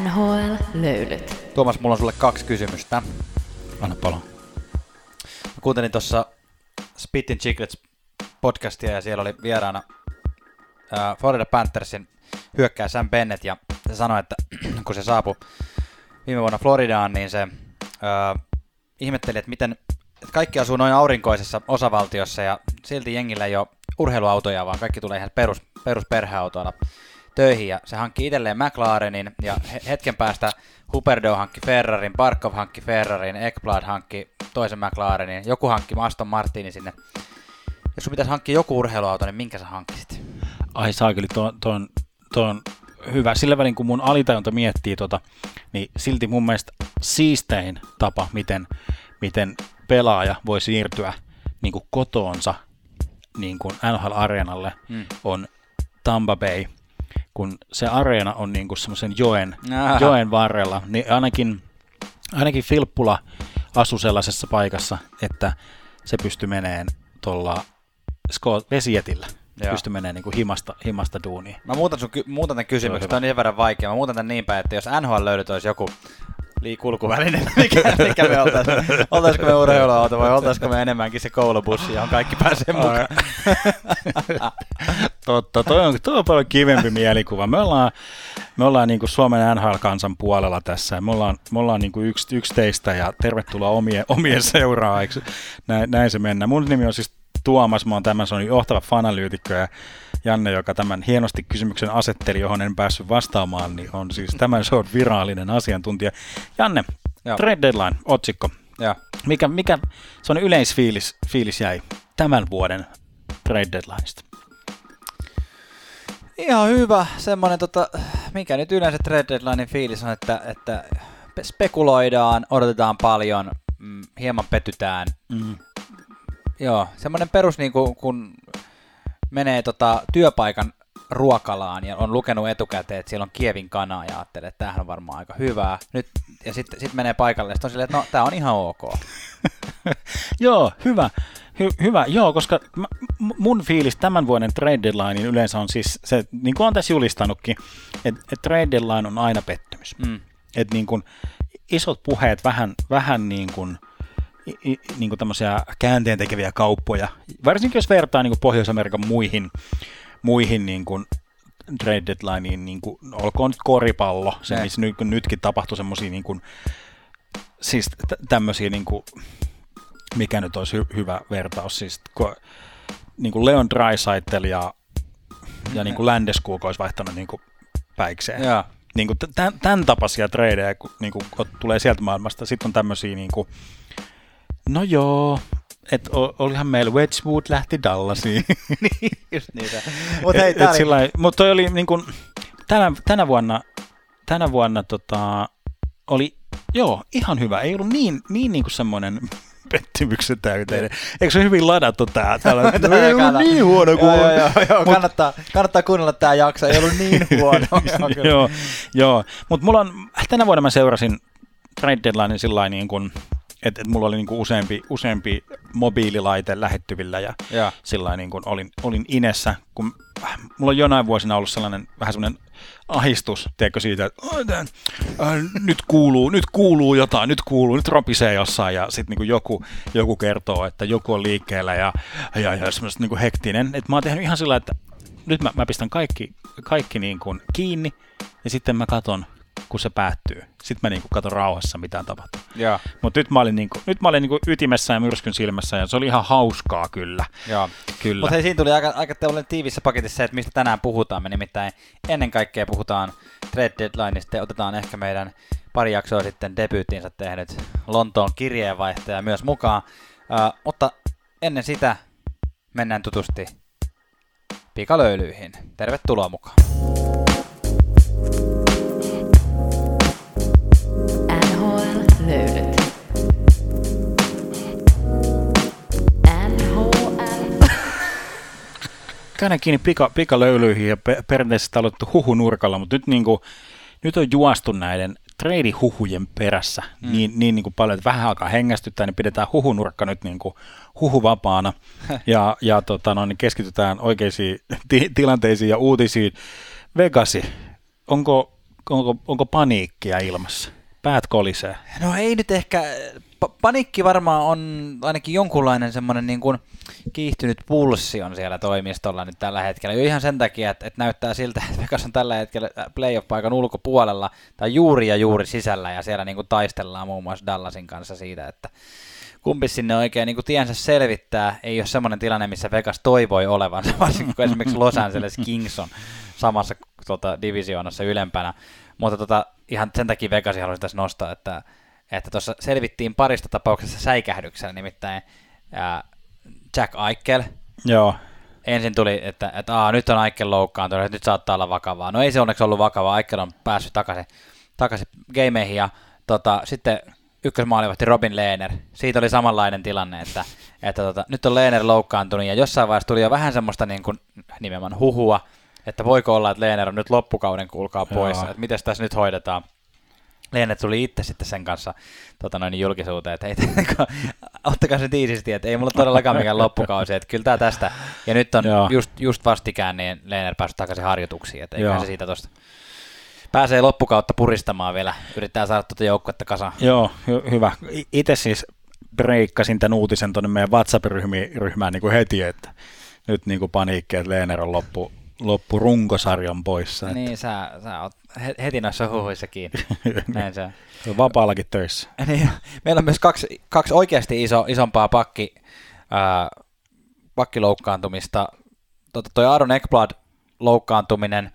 NHL-löylyt. Tuomas, mulla on sulle 2 kysymystä. Anna palaa. Mä kuuntelin tuossa Spittin Chiclets podcastia ja siellä oli vieraana Florida Panthersin hyökkääjä Sam Bennett ja se sanoi, että kun se saapui viime vuonna Floridaan, niin se ihmetteli, että miten että kaikki asuu noin aurinkoisessa osavaltiossa ja silti jengillä ei ole urheiluautoja, vaan kaikki tulee ihan perusperheautoilla töihin ja se hankki itselleen McLarenin ja hetken päästä Huberdeau hankki Ferrarin, Barkov hankki Ferrarin, Ekblad hankki toisen McLarenin, joku hankki Aston Martinin sinne. Jos sun pitäisi hankkia joku urheiluauto, niin minkä sä hankkisit? Ai saakeli, tuo on hyvä. Sillä välin kun mun alitajunta miettii niin silti mun mielestä siistein tapa, miten pelaaja voi siirtyä niin kuin kotoonsa niin kuin NHL-areenalle on Tampa Bay. Kun se areena on niin kuin semmoisen joen varrella, niin ainakin Filppula asui sellaisessa paikassa, että se pystyi meneen tuolla vesijetillä. Pystyi menee niin kuin himasta duuniin. Mä muutan tämän kysymyksen, tämä on niin verran vaikea. Mä muutan tämän niin päin, että jos NHL-löydyt olisi joku kulkuväline, mikä me oltaisiko me urheiluauto vai oltaisiko me enemmänkin se koulubussi, johon kaikki pääsee mukaan. Totta, toi on paljon kivempi mielikuva. Me ollaan niin kuin Suomen NHL-kansan puolella tässä. Me ollaan niin kuin yksi teistä ja tervetuloa omien seuraajiksi. Näin se mennään. Mun nimi on siis Tuomas, mä oon tämän johtava fanalyytikko ja Janne, joka tämän hienosti kysymyksen asetteli, johon en päässyt vastaamaan, niin on siis tämän show virallinen asiantuntija. Janne, Trade Deadline, otsikko. Ja. Mikä se on yleisfiilis jäi tämän vuoden Trade Deadlineista? Ihan hyvä. Semmoinen, mikä nyt yleensä Trade Deadlinein fiilis on, että spekuloidaan, odotetaan paljon, hieman petytään. Joo, semmoinen perus, niin kun menee työpaikan ruokalaan ja on lukenut etukäteen, että siellä on Kievin kanaa ja ajattelee, että tämähän on varmaan aika hyvää. Ja sitten menee paikalle ja sitten on silleen, että no, tämä on ihan ok. Joo, hyvä. Joo, koska mun fiilis tämän vuoden Trade Deadlinein yleensä on siis se, niin kuin on tässä julistanutkin, että Trade Deadline on aina pettymys. Että niin kuin isot puheet vähän niin kuin tämmöisiä käänteentekeviä kauppoja, varsinkin jos vertaa niin kuin Pohjois-Amerikan muihin niin kuin Trade Deadlineiin, niin kuin, olkoon nyt koripallo, se missä nytkin tapahtui semmoisia niin kuin, siis tämmöisiä, niin kuin, mikä nyt olisi hyvä vertaus, siis niin kuin Leon Draisaitl ja niin kuin Landeskog olisi vaihtanut niin kuin päikseen. Niin kuin tämän tapaisia tradeja, kun niin kuin tulee sieltä maailmasta, sitten on tämmöisiä niin kuin, no joo, että olihan meillä Wedgwood lähti Dallasiin. Niin, just niitä. Mutta toi oli niin kuin, tänä vuonna oli joo, ihan hyvä. Ei ollut niin kuin semmoinen pettymyksen täyteinen. Eikö se hyvin ladattu tää? Täällä ei ollut niin huono kuin... Joo, kannattaa kuunnella tää jakso. Ei ollut niin huono. Joo. Mutta mulla on, tänä vuonna mä seurasin Trade Deadlinein sillain niin kuin, että mulla oli niin kuin useampi mobiililaite lähettyvillä ja sillain niin kuin olin inessä, kun mulla on jonain vuosina ollut vähän sellainen ahistus, tiedätkö siitä, että nyt kuuluu jotain, nyt ropisee jossain ja sitten niin joku kertoo, että joku on liikkeellä ja semmoista niin kuin hektinen. Et mä oon tehnyt ihan sillä, että nyt mä pistän kaikki niin kuin kiinni ja sitten mä katon, kun se päättyy. Sitten mä niinku katon rauhassa, mitä tapahtuu. Mutta nyt mä olin niinku ytimessä ja myrskyn silmässä, ja se oli ihan hauskaa kyllä. Mutta hei, siinä tuli aika tiivissä paketissa se, että mistä tänään puhutaan. Me nimittäin ennen kaikkea puhutaan Trade Deadlineista ja otetaan ehkä meidän pari jaksoa sitten debyyttiinsä tehnyt Lontoon kirjeenvaihtaja myös mukaan. Mutta ennen sitä mennään tutusti pikalöylyihin. Tervetuloa mukaan. Löylyt. Käydään kiinni pikalöylyihin ja perinteisesti aloittu huhunurkalla, mutta nyt on juostu näiden trade-huhujen perässä niin kuin paljon, että vähän alkaa hengästyttää, niin pidetään huhunurkka nyt niin kuin huhuvapaana ja niin keskitytään oikeisiin tilanteisiin ja uutisiin. Vegasi, onko onko paniikkia ilmassa? Päät kolisee. No ei nyt ehkä, paniikki varmaan on ainakin jonkunlainen semmoinen niin kuin kiihtynyt pulssi on siellä toimistolla nyt tällä hetkellä. Jo ihan sen takia, että näyttää siltä, että Vegas on tällä hetkellä playoff-paikan ulkopuolella tai juuri sisällä ja siellä niin kuin taistellaan muun muassa Dallasin kanssa siitä, että kumpi sinne oikein niin kuin tiensä selvittää. Ei ole semmoinen tilanne, missä Vegas toivoi olevansa, varsinkin kun esimerkiksi Los Angeles Kings on samassa divisioonassa ylempänä. Mutta ihan sen takia Vegasin haluaisin tässä nostaa, että tuossa selvittiin parista tapauksessa säikähdyksellä, nimittäin Jack Eichel. Joo. Ensin tuli, että nyt on Eichel loukkaantunut, että nyt saattaa olla vakavaa. No ei se onneksi ollut vakavaa, Eichel on päässyt takaisin gameihin ja sitten ykkösmaalivahti Robin Lehner. Siitä oli samanlainen tilanne, että nyt on Lehner loukkaantunut ja jossain vaiheessa tuli jo vähän semmoista niin kuin nimenomaan huhua, että voiko olla, että Lehner on nyt loppukauden kuulkaa poissa, että miten tässä nyt hoidetaan. Lehner tuli itse sitten sen kanssa julkisuuteen, että ottakaa se tiisisti, että ei mulla todellakaan mikään loppukausi, että kyllä tämä tästä. Ja nyt on just vastikään niin Lehner päässyt takaisin harjoituksiin, että eiköhän se siitä tuosta pääsee loppukautta puristamaan vielä, yrittää saada tuota joukkuetta kasaan. Joo, hyvä. Itse siis breikkasin tämän uutisen tuonne meidän WhatsApp-ryhmään niin kuin heti, että nyt niin kuin paniikki, että Lehner on loppu runkosarjan poissa. Niin, sä oot heti noissa huhuissa kiinni. Näin se on. Vapaallakin töissä. Niin, meillä on myös kaksi oikeasti isompaa pakkiloukkaantumista. Toi Aaron Ekblad loukkaantuminen,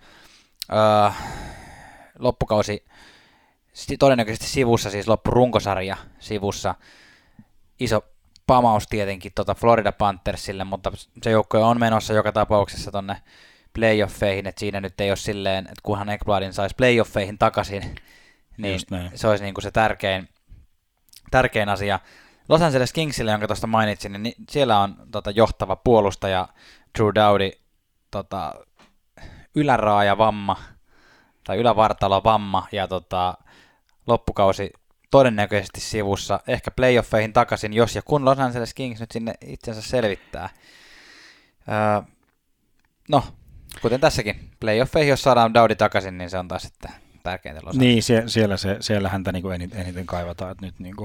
loppukausi todennäköisesti sivussa, siis loppu runkosarja sivussa. Iso pamaus tietenkin Florida Panthersille, mutta se joukkue on menossa joka tapauksessa tonne playoffeihin, että siinä nyt ei ole silleen, että kunhan Ekbladin saisi playoffeihin takaisin, niin se olisi niin kuin se tärkein asia. Los Angeles Kingsille, jonka tuosta mainitsin, niin siellä on johtava puolustaja Drew Doughty, yläraajavamma tai ylävartalovamma ja loppukausi todennäköisesti sivussa, ehkä playoffeihin takaisin, jos ja kun Los Angeles Kings nyt sinne itsensä selvittää. No, kuten tässäkin, playoffeihin, jos saadaan Doughty takaisin, niin se on taas sitten tärkeintä Los Angeles. Niin, siellä häntä niin kuin eniten kaivataan, että nyt niin kuin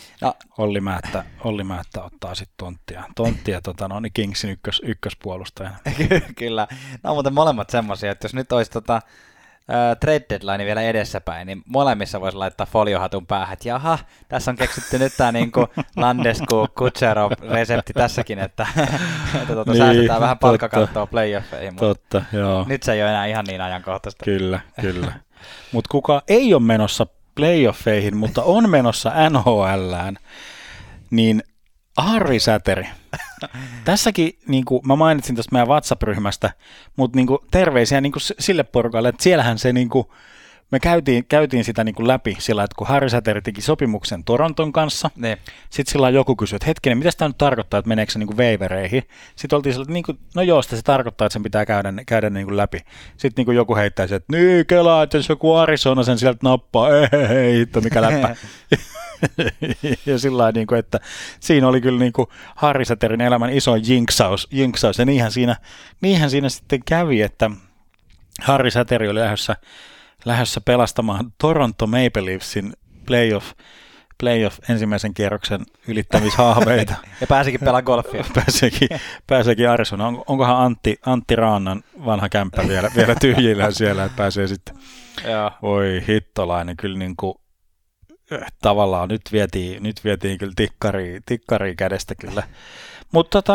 Olli Määttä ottaa sitten tonttia Kingsin ykköspuolustajana. Kyllä, no on muuten molemmat semmoisia, että jos nyt olisi trade deadline vielä edessäpäin, niin molemmissa voisi laittaa foliohatun päähän, että jaha, tässä on keksitty nyt tämä niinku Landeskog, Kucherov-resepti tässäkin, että niin, säästetään vähän palkkakattoa playoffeihin. Totta, joo. Nyt se ei ole enää ihan niin ajankohtaista. Kyllä. Mutta kuka ei ole menossa playoffeihin, mutta on menossa NHLään, niin Harri Säteri. Tässäkin niin kuin mä mainitsin tuosta meidän WhatsApp-ryhmästä, mutta niin kuin terveisiä niin kuin sille porukalle, että siellähän se niin kuin, me käytiin sitä niin kuin läpi sillä, että kun Harri Säteri teki sopimuksen Toronton kanssa, sitten sillä joku kysyi, että hetkinen, mitä tämä nyt tarkoittaa, että meneekö se niin kuin waivereihin? Sitten oltiin sillä, että niin kuin, no joo, se tarkoittaa, että sen pitää käydä niin kuin läpi. Sitten niin kuin joku heittäisi, että niin kelaa, että jos joku Arizona sen sieltä nappaa, ei hitto, mikä läppä. Ja sillä niin kuin, että siinä oli kyllä niin kuin Harri Säterin elämän iso jinksaus, ja niinhän siinä sitten kävi, että Harri Säteri oli lähdössä pelastamaan Toronto Maple Leafsin playoff ensimmäisen kierroksen ylittämishaaveita. Ja pääsikin pelaamaan golfia. pääseekin Arizona. Onkohan Antti Raannan vanha kämppä vielä tyhjillään siellä, että pääsee sitten. Oi hittolainen, kyllä niin kuin tavallaan nyt vietiin kyllä tikkari kädestä kyllä. Mutta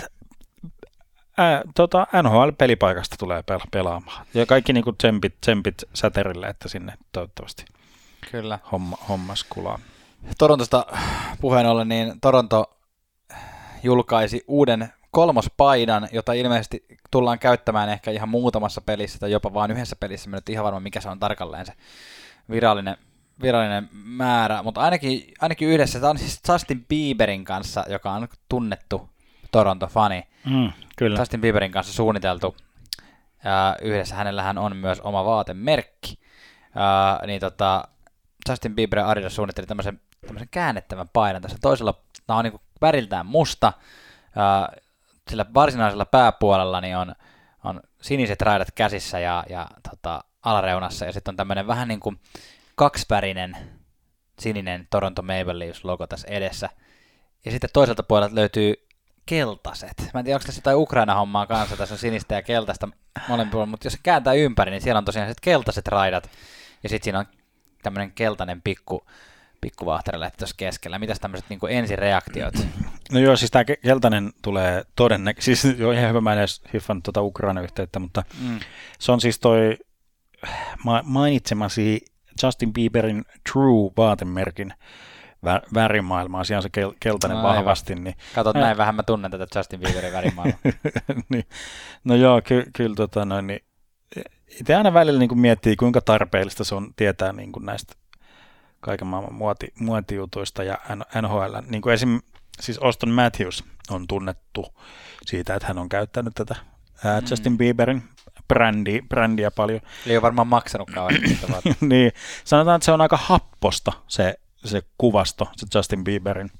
NHL-pelipaikasta tulee pelaamaan. Ja kaikki niin kuin tsempit Säterille, että sinne toivottavasti kyllä hommas kulaa. Torontosta puheen ollen, niin Toronto julkaisi uuden kolmospaidan, jota ilmeisesti tullaan käyttämään ehkä ihan muutamassa pelissä tai jopa vain yhdessä pelissä. Mä nyt ihan varma, mikä se on tarkalleen se virallinen määrä, mutta ainakin yhdessä. Tämä on siis Justin Bieberin kanssa, joka on tunnettu Toronto-fani. Kyllä. Justin Bieberin kanssa suunniteltu. Yhdessä hänellähän on myös oma vaatemerkki. Justin Bieber ja Adidas suunnitteli tämmöisen käännettävän paidan. Tässä toisella tämä on niin väriltään musta. Sillä varsinaisella pääpuolella niin on siniset raidat käsissä ja alareunassa ja sitten on tämmöinen vähän niin kuin kaksivärinen sininen Toronto Maple Leafs logo tässä edessä. Ja sitten toiselta puolelta löytyy keltaiset. Mä en tiedä, onko tässä jotain Ukraina-hommaa kanssa, tässä on sinistä ja keltaista molemmin puolella, mutta jos se kääntää ympäri, niin siellä on tosiaan keltaiset raidat ja sitten siinä on tämmöinen keltainen pikkuvahterille tuossa keskellä. Mitäs tämmöiset niin kuin ensireaktiot? No joo, siis tämä keltainen tulee todennäköisesti, siis joo ihan hyvä, mä en edes hiffannut tuota Ukraina-yhteyttä, mutta se on siis toi mainitsemasi Justin Bieberin True vaatemerkin värimaailmaa, siellä on se keltainen vahvasti. Niin, katot, näin vähän mä tunnen tätä Justin Bieberin värimaailmaa. niin, no joo, kyllä niin, itse aina välillä niin kuin miettii, kuinka tarpeellista se on tietää niin kuin näistä kaiken maailman muotijutuista ja NHL. Niin kuin siis Auston Matthews on tunnettu siitä, että hän on käyttänyt tätä Justin Bieberin brändiä paljon. Ei ole varmaan maksanut kauheasti. Niin, sanotaan, että se on aika happosta se kuvasto, se Justin Bieberin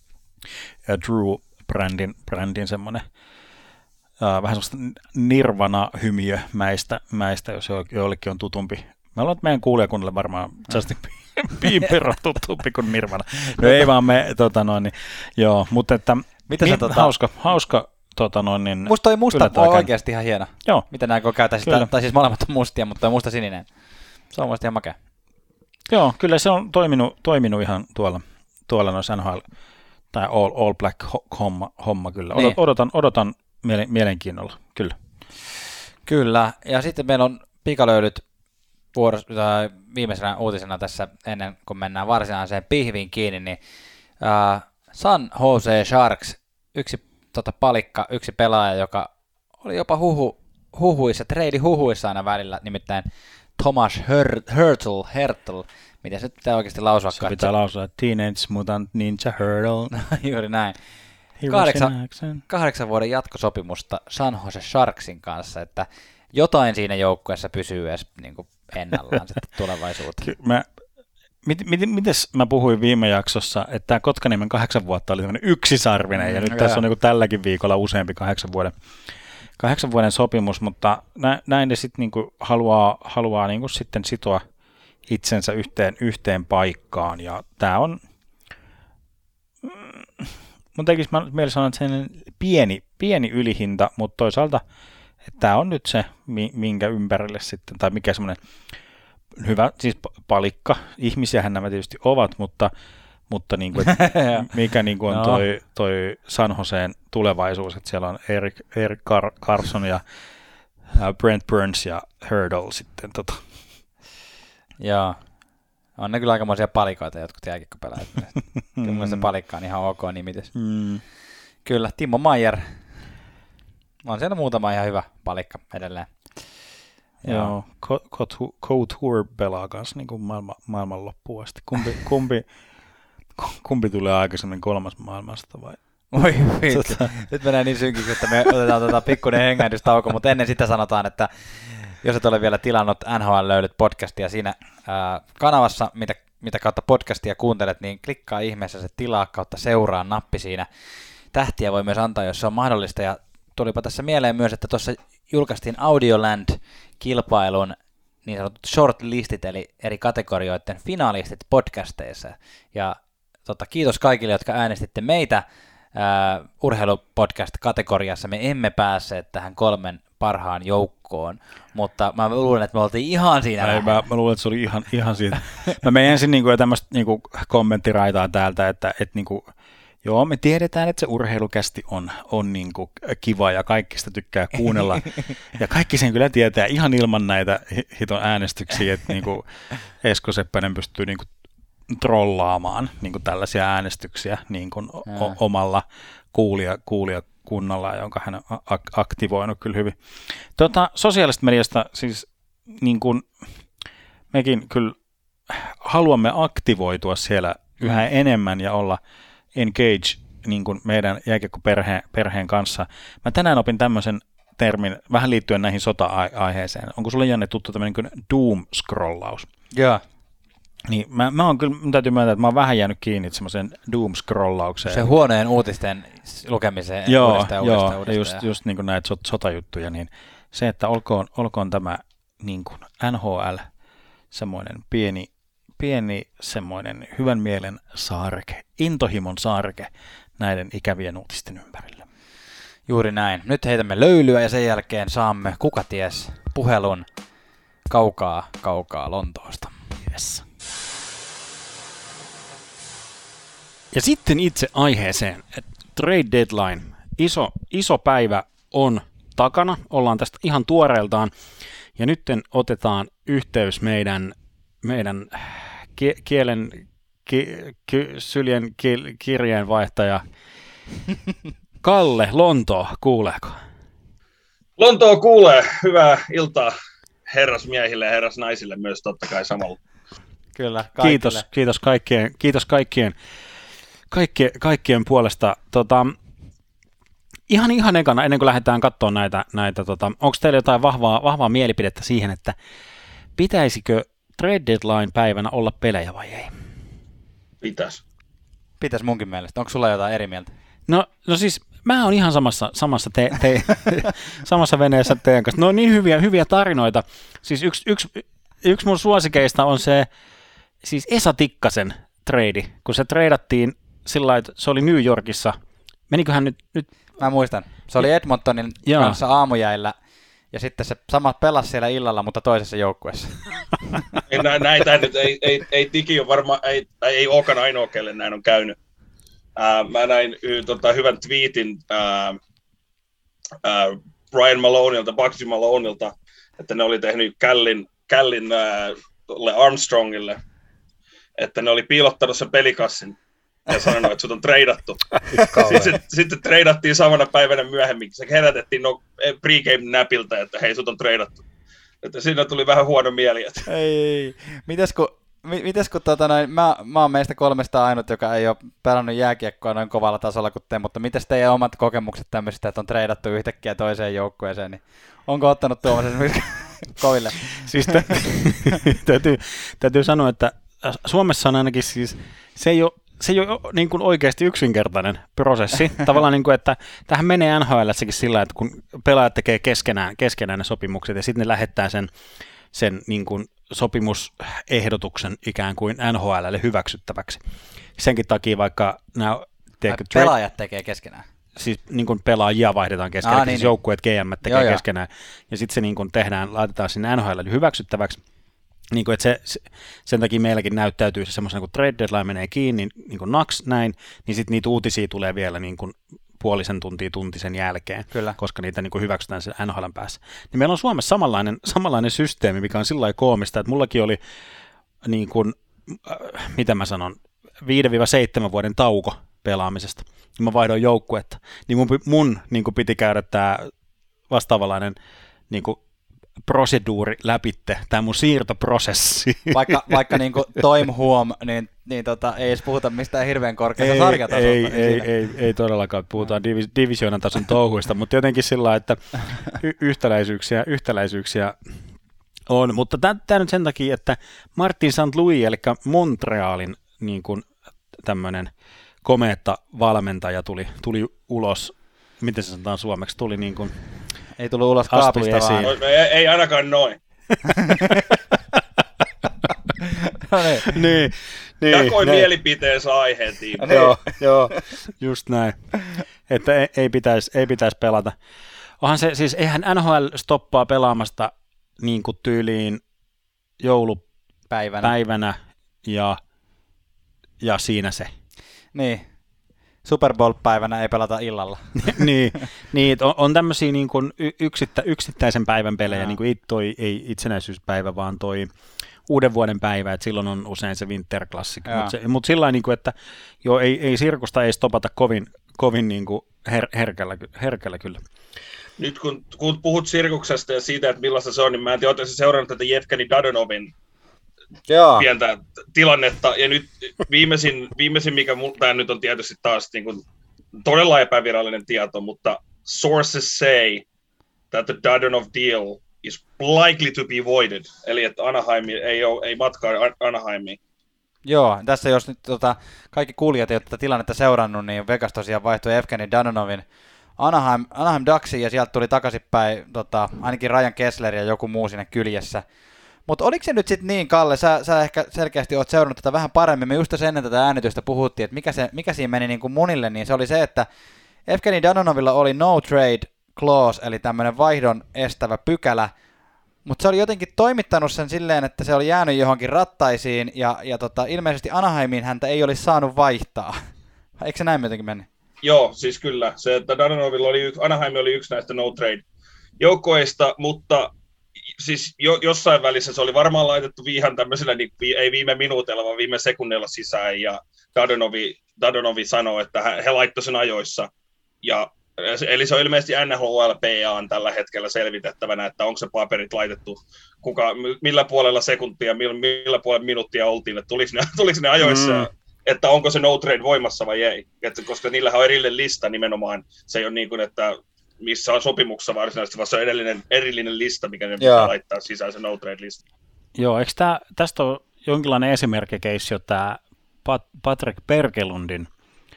Drew-brändin semmoinen vähän semmoista Nirvana-hymiömäistä, jos joillekin on tutumpi. Mä luulen, että meidän kuulijakunnalle varmaan Justin Bieber on tutumpi kuin Nirvana. No ei vaan me, joo, mutta että hauska niin musta toi musta on oikeasti ihan hieno. Joo. Miten nämä käytä sitä, tai siis molemmat on mustia, mutta musta sininen. Se on musta ihan makea. Joo, kyllä se on toiminut ihan tuolla noissa NHL tai All Black homma kyllä. Niin. Odotan mielenkiinnolla, kyllä. Kyllä, ja sitten meillä on pikalöylyt viimeisenä uutisena tässä ennen kuin mennään varsinaiseen pihviin kiinni, niin San Jose Sharks, yksi palikka, yksi pelaaja, joka oli jopa trade-huhuissa aina välillä, nimittäin Thomas Hertl, miten se pitää oikeasti lausua? Se pitää lausua Teenage Mutant Ninja Turtle. Juuri näin. 8 vuoden jatkosopimusta San Jose Sharksin kanssa, että jotain siinä joukkueessa pysyy edes niin kuin ennallaan sitten tulevaisuuteen. Mites mä puhuin viime jaksossa, että tämä Kotkaniemen 8 vuotta oli tämmöinen yksisarvinen, ja nyt tässä on niin kuin tälläkin viikolla useampi 8 vuoden sopimus, mutta näin ne sitten niin kuin haluaa niin kuin sitten sitoa itsensä yhteen paikkaan, ja tämä on, mun tekisi mieli sanoa, että sen pieni ylihinta, mutta toisaalta, että tämä on nyt se, minkä ympärille sitten, tai mikä semmoinen hyvä, siis palikka, ihmisiähän nämä tietysti ovat, mutta niin kuin, mikä niin kuin on toi San Joseen tulevaisuus, että siellä on Erik Carson ja Brent Burns ja Hurdle sitten. Joo, on ne kyllä aikamoisia palikoita jotkut jääkikkopelaajat. Kyllä se palikka on ihan ok nimitys. Kyllä, Timo Meier. On siellä muutama ihan hyvä palikka edelleen. Joo, Couture pelaa kanssa niin kuin maailman loppuun asti. Kumpi tulee aikaisemmin 3. maailmasta vai? Oi vittu. Nyt menee niin synkiksi, että me otetaan pikkuinen hengähdystauko, mutta ennen sitä sanotaan, että jos et ole vielä tilannut NHL Löylyt podcastia siinä kanavassa, mitä kautta podcastia kuuntelet, niin klikkaa ihmeessä se tilaa kautta seuraa nappi siinä. Tähtiä voi myös antaa, jos se on mahdollista, ja tulipa tässä mieleen myös, että tuossa julkaistiin Audioland-kilpailun niin sanotut shortlistit, eli eri kategorioiden finalistit podcasteissa. Ja kiitos kaikille, jotka äänestitte meitä urheilupodcast-kategoriassa. Me emme päässeet tähän 3 parhaan joukkoon, mutta mä luulen, että me oltiin ihan siinä. Mä luulen, että se oli ihan siitä. Mä menen ensin niinku tämmöistä niinku kommenttiraitaa täältä, että niinku, joo, me tiedetään, että se urheilukästi on niinku kiva ja kaikki sitä tykkää kuunnella. Ja kaikki sen kyllä tietää ihan ilman näitä hiton äänestyksiä, että niinku Esko Seppänen pystyy niinku trollaamaan niinku tällaisia äänestyksiä niinku omalla kuulijakunnalla, jonka hän on aktivoinut kyllä hyvin. Sosiaalisesta mediasta siis niinku, mekin kyllä haluamme aktivoitua siellä yhä enemmän ja olla engage niin kuin meidän jääkiekkoperheen kanssa. Mä tänään opin tämmöisen termin vähän liittyen näihin sota-aiheeseen. Onko sulle, Janne, tuttu tämmöinen kuin doom-scrollaus? Joo. Niin mä oon kyllä, täytyy myöntää, että mä oon vähän jäänyt kiinni semmoiseen doom-scrollaukseen. Se huonojen uutisten lukemiseen. Joo, ja just niin kuin näitä sotajuttuja, niin se, että olkoon tämä niin kuin NHL semmoinen pieni semmoinen hyvän mielen saareke, intohimon saareke näiden ikävien uutisten ympärillä. Juuri näin. Nyt heitämme löylyä ja sen jälkeen saamme, kuka ties, puhelun kaukaa Lontoosta. Yes. Ja sitten itse aiheeseen, että trade deadline, iso päivä on takana, ollaan tästä ihan tuoreeltaan, ja nyt otetaan yhteys meidän syljen kirjeenvaihtaja Kalle Lontoo, kuuleeko? Lontoo kuulee. Hyvää iltaa herrasmiehille ja herrasnaisille myös totta kai samalla. Kyllä, kaikille. Kiitos kaikkien puolesta. Ihan ekana, ennen kuin lähdetään katsomaan näitä onko teillä jotain vahvaa mielipidettä siihen, että pitäisikö trade deadline päivänä olla pelejä vai ei? Pitäis munkin mielestä. Onko sulla jotain eri mieltä? No siis mä oon ihan samassa veneessä teidän kanssa. No niin hyviä tarinoita. Siis yksi mun suosikeista on se siis Esa Tikkasen trade, kun se treidattiin sillä lailla, että se oli New Yorkissa. Meniköhän nyt? Mä muistan. Se oli Edmontonin kanssa aamujäillä, ja sitten se sama pelasi siellä illalla, mutta toisessa joukkueessa. Näitä nyt ei Tiki ole varmaan, ei olekaan ainoa, kelle näin on käynyt. Mä näin hyvän tweetin Brian Malonelta, Bugsy Malonelta, että ne oli tehnyt källin Armstrongille, että ne oli piilottanut sen pelikassin ja sanonut, että sut on treidattu. Sitten treidattiin samana päivänä myöhemmin. Se herätettiin pregame-näpiltä, että hei, sut on treidattu. Että siinä tuli vähän huono mieli. Että... Ei. Mites kun mä oon meistä kolmesta ainut, joka ei ole pelannut jääkiekkoa noin kovalla tasolla kuin te, mutta mites teidän omat kokemukset tämmöisistä, että on treidattu yhtäkkiä toiseen joukkueeseen, niin onko ottanut tuommoisen koville? Siis täytyy sanoa, että Suomessa on ainakin siis, se ei ole niin kuin oikeasti yksinkertainen prosessi. Tavallaan niin kuin, että tähän menee NHL:ssäkin sillä, että kun pelaajat tekee keskenään ne sopimukset ja sitten ne lähettää sen niin kuin sopimusehdotuksen ikään kuin NHL:lle hyväksyttäväksi. Senkin takia vaikka nämä... Pelaajat tekee keskenään. Siis niin kuin pelaajia vaihdetaan keskenään, siis joukkueet GM tekee keskenään, ja sitten se niin kuin laitetaan sinne NHL:lle hyväksyttäväksi. Niin kuin, että sen takia meilläkin näyttäytyy se semmoisena, kun trade deadline menee kiinni, niin kuin naks näin, niin sitten niitä uutisia tulee vielä niin kuin puolisen tunti sen jälkeen, kyllä, koska niitä niin kuin hyväksytään sen NHL:n päässä. Niin meillä on Suomessa samanlainen systeemi, mikä on sillä lailla koomista, että mullakin oli niin kuin, mitä mä sanon, 5-7 vuoden tauko pelaamisesta. Niin mä vaihdoin joukkuetta. Niin mun niin kuin piti käydä tämä vastaavanlainen niin kuin proseduuri läpitte, tämä mun siirtoprosessi. Vaikka niin kuin Toim Huom, niin ei edes puhuta mistään hirveän korkeasta sarjatasolta. Ei todellakaan, puhutaan divisioonan tason touhuista, mutta jotenkin sillä että yhtäläisyyksiä on. Mutta tämä nyt sen takia, että Martin St. Louis, eli Montrealin niin kuin tämmöinen komeetta valmentaja tuli ulos, miten se sanotaan suomeksi, tuli niin kuin ei tullut ulos kaapista vaan. Ei ainakaan noin. No niin. Jakoi mielipiteensä aiheen tiimiin. Joo, just näin. Että ei pitäisi pelata. Onhan se, siis eihän NHL stoppaa pelaamasta niin kuin tyyliin joulupäivänä ja siinä se. Niin. Super Bowl-päivänä ei pelata illalla. niin on tämmöisiä niin kuin yksittäisen päivän pelejä, niin kuin ei itsenäisyyspäivä, vaan toi uuden vuoden päivä, että silloin on usein se Winter Classic. Mutta sillä niin kuin, että joo, ei sirkusta ei stopata kovin niin kuin herkällä kyllä. Nyt kun puhut sirkuksesta ja siitä, että millaista se on, niin mä en tiedä, oletko seurannut tätä Jevgeni Dadonovin pientä tilannetta, ja nyt viimeisin mikä tämä nyt on tietysti taas niin kuin todella epävirallinen tieto, mutta sources say that the Dadonov deal is likely to be voided, eli että Anaheim ei matkaa Anaheimiin. Joo, tässä jos nyt kaikki kuulijat ei ole tätä tilannetta seurannut, niin Vegas tosiaan vaihtoi Evgeni Dadonovin Anaheim Ducksiin ja sieltä tuli takaisinpäin ainakin Ryan Kessler ja joku muu sinne kyljessä. Mutta oliko se nyt sitten niin, Kalle, sä ehkä selkeästi oot seurannut tätä vähän paremmin, me just ennen tätä äänitystä puhuttiin, että mikä siinä meni niin kuin munille, niin se oli se, että Evgeni Dadonovilla oli no trade clause, eli tämmöinen vaihdon estävä pykälä, mutta se oli jotenkin toimittanut sen silleen, että se oli jäänyt johonkin rattaisiin, ja ilmeisesti Anaheimiin häntä ei olisi saanut vaihtaa. Eikö se näin jotenkin mennyt? Joo, siis kyllä. Se, että Dadonovilla Anaheim oli yksi näistä no trade joukkoista, mutta siis jossain välissä se oli varmaan laitettu viihan tämmöisellä, niin ei viime minuutilla, vaan viime sekunnilla sisään, ja Dadonovi sanoi, että he laittoi sen ajoissa, eli se on ilmeisesti NHLPA:n tällä hetkellä selvitettävänä, että onko se paperit laitettu, millä puolella sekuntia, millä puolella minuuttia oltiin, että tuliko ne ajoissa, että onko se no trade voimassa vai ei, koska niillähän on erillinen lista nimenomaan, se ei ole niin kuin, että missä on sopimuksessa varsinaisesti, vaan se on erillinen lista, mikä ne pitää laittaa sisään, se no trade lista. Joo, eikö tästä ole jonkinlainen esimerkkikeissi, tämä Patrick Bergelundin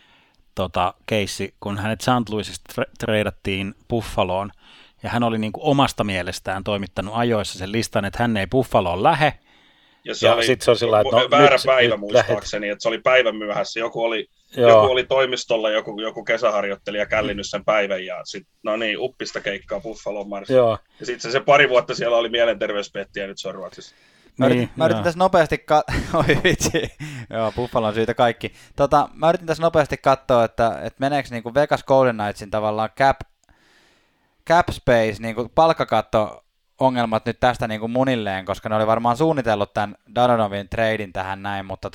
keissi, kun hänet St. Louisista treidattiin Buffaloon, ja hän oli niin kuin omasta mielestään toimittanut ajoissa sen listan, että hän ei Buffaloon lähe. Ja se oli väärä päivä muistaakseni, että se oli päivän myöhässä. Joku oli toimistolla, joku kesäharjoittelija källinyt sen päivän, ja sitten uppista keikkaa Buffaloon marssi. Ja sitten se pari vuotta siellä oli mielenterveyspetti, ja nyt se on Ruotsissa. Mä yritin tässä nopeasti oi vitsi, joo, Buffalo on syytä kaikki. Mä yritin tässä nopeasti katsoa, että meneekö niinku Vegas Golden Knightsin tavallaan cap space, niinku palkkakatto-ongelmat nyt tästä niinku munilleen, koska ne oli varmaan suunnitellut tämän Dadonovin tradein tähän näin, mutta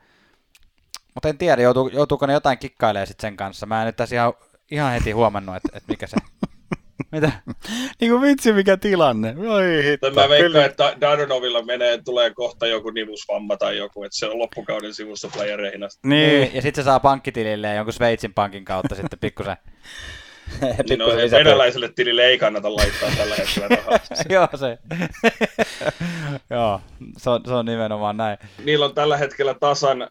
en tiedä, joutuuko ne jotain kikkailemaan sitten sen kanssa. Mä en nyt tässä ihan heti huomannut, että mikä se... Mitä? Niin vitsi mikä tilanne. Mä veikkaan, että Dadonovilla tulee kohta joku nivusvamma tai joku, että se on loppukauden sivussa playereihin asti. Niin, ja sitten se saa pankkitililleen jonkun Sveitsin pankin kautta sitten pikkusen. Venäläiselle tilille ei kannata laittaa tällä hetkellä rahaa. Joo, Joo, se on nimenomaan näin. Niillä on tällä hetkellä tasan,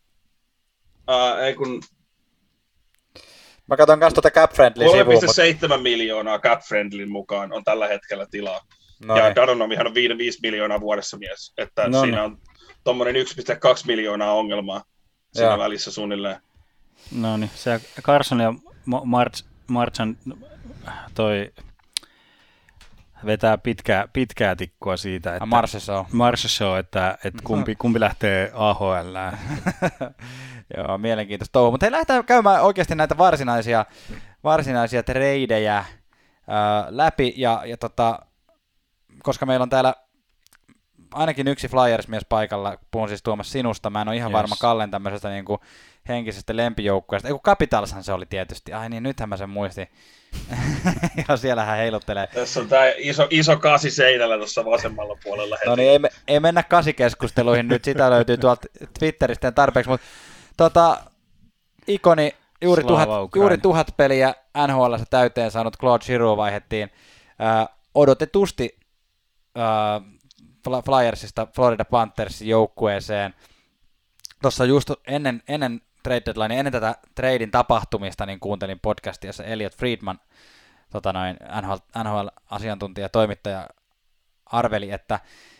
mä katson kanssa tuota CapFriendly-sivua. 3,7 miljoonaa CapFriendlyn mukaan on tällä hetkellä tilaa. Ja Dadonovihan on 5 miljoonaa vuodessa mies. Että siinä on tommonen 1,2 miljoonaa ongelmaa siinä välissä suunnilleen. No niin, se Carson ja Marchand toi vetää pitkää tikkua siitä, että Marchessault, että kumpi lähtee AHL:ään. Joo, mielenkiintoista touhu. Mutta hei, lähdetään käymään oikeasti näitä varsinaisia treidejä läpi, ja koska meillä on täällä ainakin yksi Flyers-mies paikalla, puhun siis Tuomas sinusta, mä en ole ihan varma Kallen tämmöisestä niin kuin henkisestä lempijoukkueesta. Capitalshan se oli tietysti, ai niin, nythän mä sen muistin. Ja siellä hän heiluttelee. Tässä on tää iso kasi seinällä tuossa vasemmalla puolella heti. No niin, ei mennä kasikeskusteluihin nyt, sitä löytyy tuolta Twitteristä tarpeeksi, mutta ikoni juuri 1000 peliä NHL:ssä täyteen saanut Claude Giroux vaihdettiin odotetusti Flyersista Florida Panthersin joukkueeseen. Tuossa just ennen trade deadline, ennen tätä tradein tapahtumista, niin kuuntelin podcastia, jossa Elliot Friedman, NHL-asiantuntija ja toimittaja, arveli, että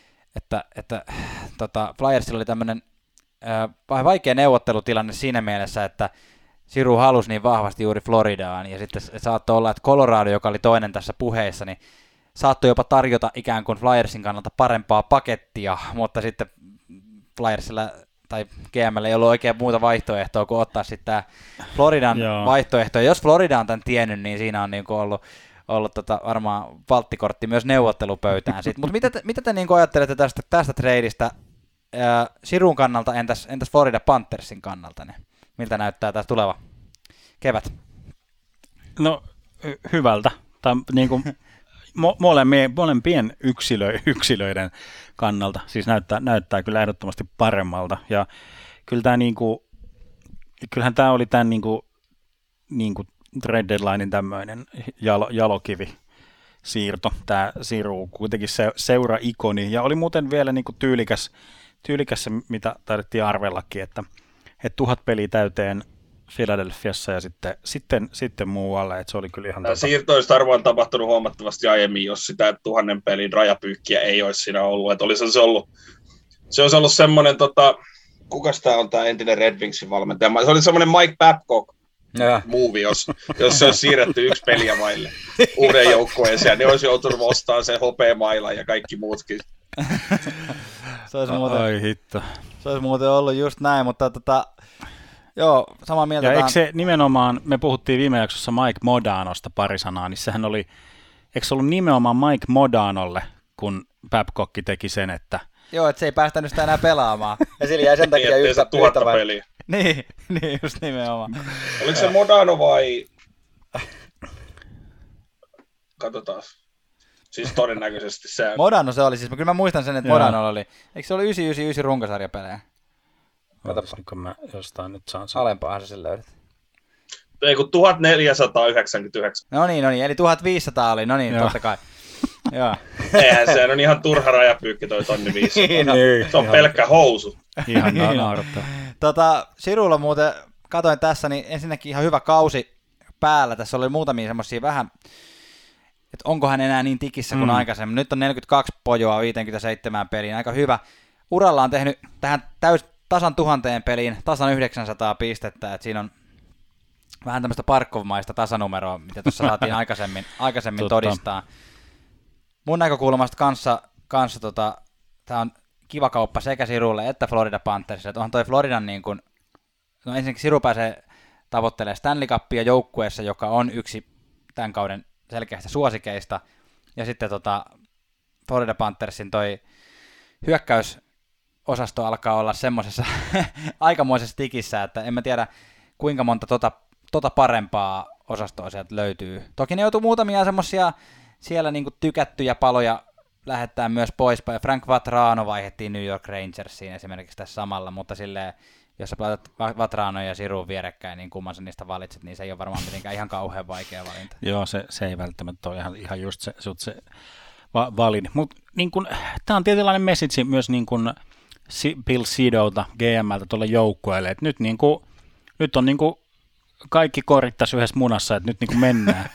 Flyersilla oli tämmöinen vaikea neuvottelutilanne siinä mielessä, että Giroux halusi niin vahvasti juuri Floridaan, ja sitten saattoi olla, että Colorado, joka oli toinen tässä puheessa, niin saattoi jopa tarjota ikään kuin Flyersin kannalta parempaa pakettia, mutta sitten Flyersilla tai GM:llä ei ollut oikein muuta vaihtoehtoa kuin ottaa sitten tämä Floridan vaihtoehto. Ja jos Florida on tämän tiennyt, niin siinä on niinku ollut varmaan valttikortti myös neuvottelupöytään. Mutta mitä te niinku ajattelette tästä tradeista Giroux kannalta, entäs Florida Panthersin kannalta? Niin miltä näyttää tässä tuleva kevät? No hyvältä. Niinku molempien yksilöiden kannalta, siis näyttää kyllä ehdottomasti paremmalta, ja kyllähän tämä oli tämän niinku trade deadlinein tämmöinen jalokivi siirto, tämä Giroux, kuitenkin seura-ikoni, ja oli muuten vielä niinku tyylikäs se, mitä taidettiin arvellakin, että 1000 peliä täyteen Philadelphiassa ja sitten muualle, että se oli kyllä ihan... Siirto olisi varmaan tapahtunut huomattavasti aiemmin, jos sitä 1000 pelin rajapyykkiä ei olisi siinä ollut. Että se olisi ollut semmoinen, kukas tämä on tämä entinen Red Wingsin valmentaja? Se oli semmoinen Mike Babcock movie, jos se olisi siirretty 1 peliä vaille uuden joukkueeseen, ja ne olisi joutunut ostamaan sen hopeamaila ja kaikki muutkin. Se olisi muuten ollut just näin, mutta joo, samaa mieltä. Ja eikö se nimenomaan, me puhuttiin viime jaksossa Mike Modanosta pari sanaa, niin sehän oli, eikö se ollut nimenomaan Mike Modanolle, kun Babcock teki sen, että... Joo, että se ei päästänyt sitä enää pelaamaan. Ja sillä jäi sen takia yhtä 1000 peliä. Niin, just nimenomaan. Oliko se Modano vai... Katsotaan. Siis todennäköisesti se... Modano se oli, siis kyllä mä muistan sen, että Modano oli. Eikö se oli 999 runkosarjapelejä? Katsotaan, kun mä jostain nyt saan sen. Alempaahan se sen löydät. Ei kun 1499. No niin, eli 1500 oli, no niin, totta kai. Joo. Eihän se on ihan turha rajapyykki toi 1500. Se on pelkkä housu. Ihan naurattaa. Sirulla muuten, katoin tässä, niin ensinnäkin ihan hyvä kausi päällä. Tässä oli muutamia semmosia vähän, että onko hän enää niin tikissä kuin aikaisemmin. Nyt on 42 pojoa 57 peliin, aika hyvä. Uralla on tehnyt tähän tasan 1000 peliin, tasan 900 pistettä, että siinä on vähän tämmöistä Parkov-maista tasanumeroa, mitä tuossa saatiin aikaisemmin todistaa. Mun näkökulmasta kanssa tää on kiva kauppa sekä Sirulle että Florida Panthersille. Että onhan toi Floridan niin kuin, no ensinnäkin Siru pääsee tavoittelemaan Stanley Cupia joukkueessa, joka on yksi tämän kauden selkeästä suosikeista. Ja sitten Florida Panthersin toi hyökkäysosasto alkaa olla semmoisessa aikamoisessa tikissä, että en mä tiedä kuinka monta parempaa osastoa sieltä löytyy. Toki ne joutuu muutamia semmosia siellä niinku tykättyjä paloja lähettää myös poispäin. Frank Vatrano vaihdettiin New York Rangersiin esimerkiksi tässä samalla, mutta silleen, jos sä pelatat Vatrano ja Sirun vierekkäin, niin kumman sä niistä valitset, niin se ei ole varmaan mitenkään ihan kauhean vaikea valinta. Joo, se ei välttämättä ole ihan just se valin. Mutta niin tämä on tietynlainen message myös niin kun Bill Sidolta, GM:ltä tuolle joukkueelle, että nyt on niin kuin kaikki korit tässä yhdessä munassa, että nyt niin kuin mennään.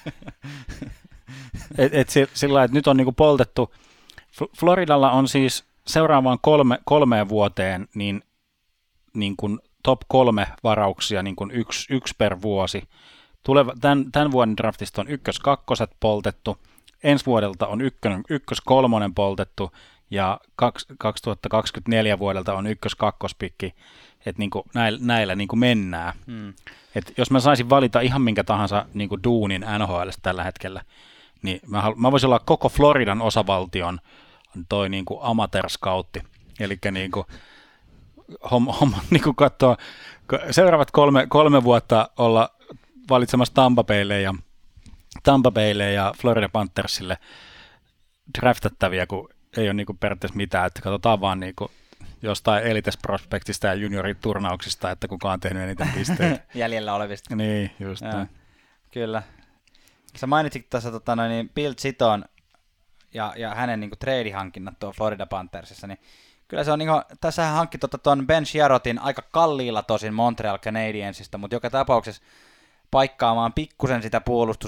Sillä että nyt on niin kuin poltettu. Floridalla on siis seuraavaan kolmeen vuoteen niin kuin top 3 varauksia, niin kuin yksi per vuosi. Tämän vuoden draftista on 1-2 poltettu, ensi vuodelta on 1-3 poltettu, ja 2024 vuodelta on 1-2 pikki, että niin näillä niin kuin mennään. Et jos mä saisin valita ihan minkä tahansa niin kuin duunin NHL:stä tällä hetkellä, niin mä voisin olla koko Floridan osavaltion toi niin kuin amateur-scoutti, eli niin kuin homma niin kuin katsoa seuraavat kolme vuotta olla valitsemassa Tampa Baylle ja Florida Panthersille draftattavia, kun ei ole niin kuin periaatteessa mitään, että katsotaan vaan niin kuin jostain Elites-prospektista ja junioriturnauksista, että kuka on tehnyt eniten pisteitä. Jäljellä olevista. Niin, just näin. Kyllä. Sä mainitsit tuossa Bill Chiton ja hänen niin kuin trade-hankinnat tuolla Florida Panthersissa, niin kyllä se on niin kuin, tässä hän hankki tuon Ben Chiarotin aika kalliilla tosin Montreal Canadiensista, mutta joka tapauksessa paikkaamaan pikkusen sitä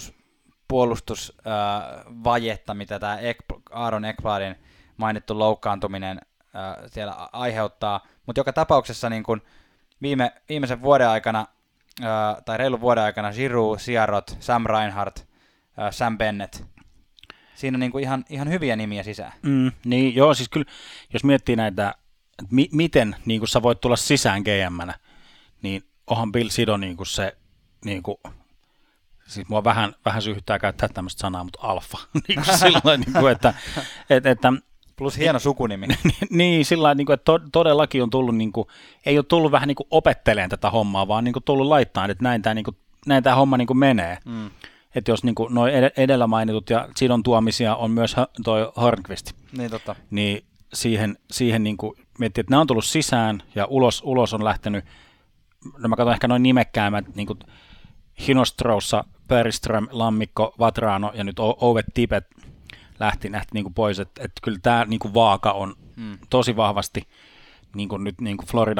puolustusvajetta, mitä tämä Aaron Ekbladin mainittu loukkaantuminen siellä aiheuttaa, mutta joka tapauksessa niin kun viimeisen vuoden aikana, tai reilun vuoden aikana, Giroux, Chiarot, Sam Reinhart, Sam Bennett, siinä on niin kuin ihan hyviä nimiä sisään. Niin, joo, siis kyllä, jos miettii näitä, miten niin kuin sä voit tulla sisään GM-nä, niin onhan Bill Sido niin kuin se, niin kuin, siis mua vähän syyhyttää käyttää tämmöistä sanaa, mutta alfa, niin kuin sillain, niin kuin, että plus hieno sukunimi. Niin, sillä niin kuin, että todellakin on tullut, niin kuin, ei ole tullut vähän niin kuin opettelemaan tätä hommaa, vaan niin kuin tullut laittamaan, että näin tämä homma niin kuin menee. Että jos niin kuin nuo edellä mainitut ja Sidon tuomisia on myös toi Hornqvist, niin, totta. Niin siihen niin kuin miettii, että nämä on tullut sisään ja ulos on lähtenyt, no mä katson ehkä noin nimekkäämät, niin kuin Hinostroussa, Bergström, Lammikko, Vatrano ja nyt Ovet Tippett lähti niin kuin pois, että kyllä tämä niin kuin vaaka on tosi vahvasti niin kuin nyt niin kuin Floridan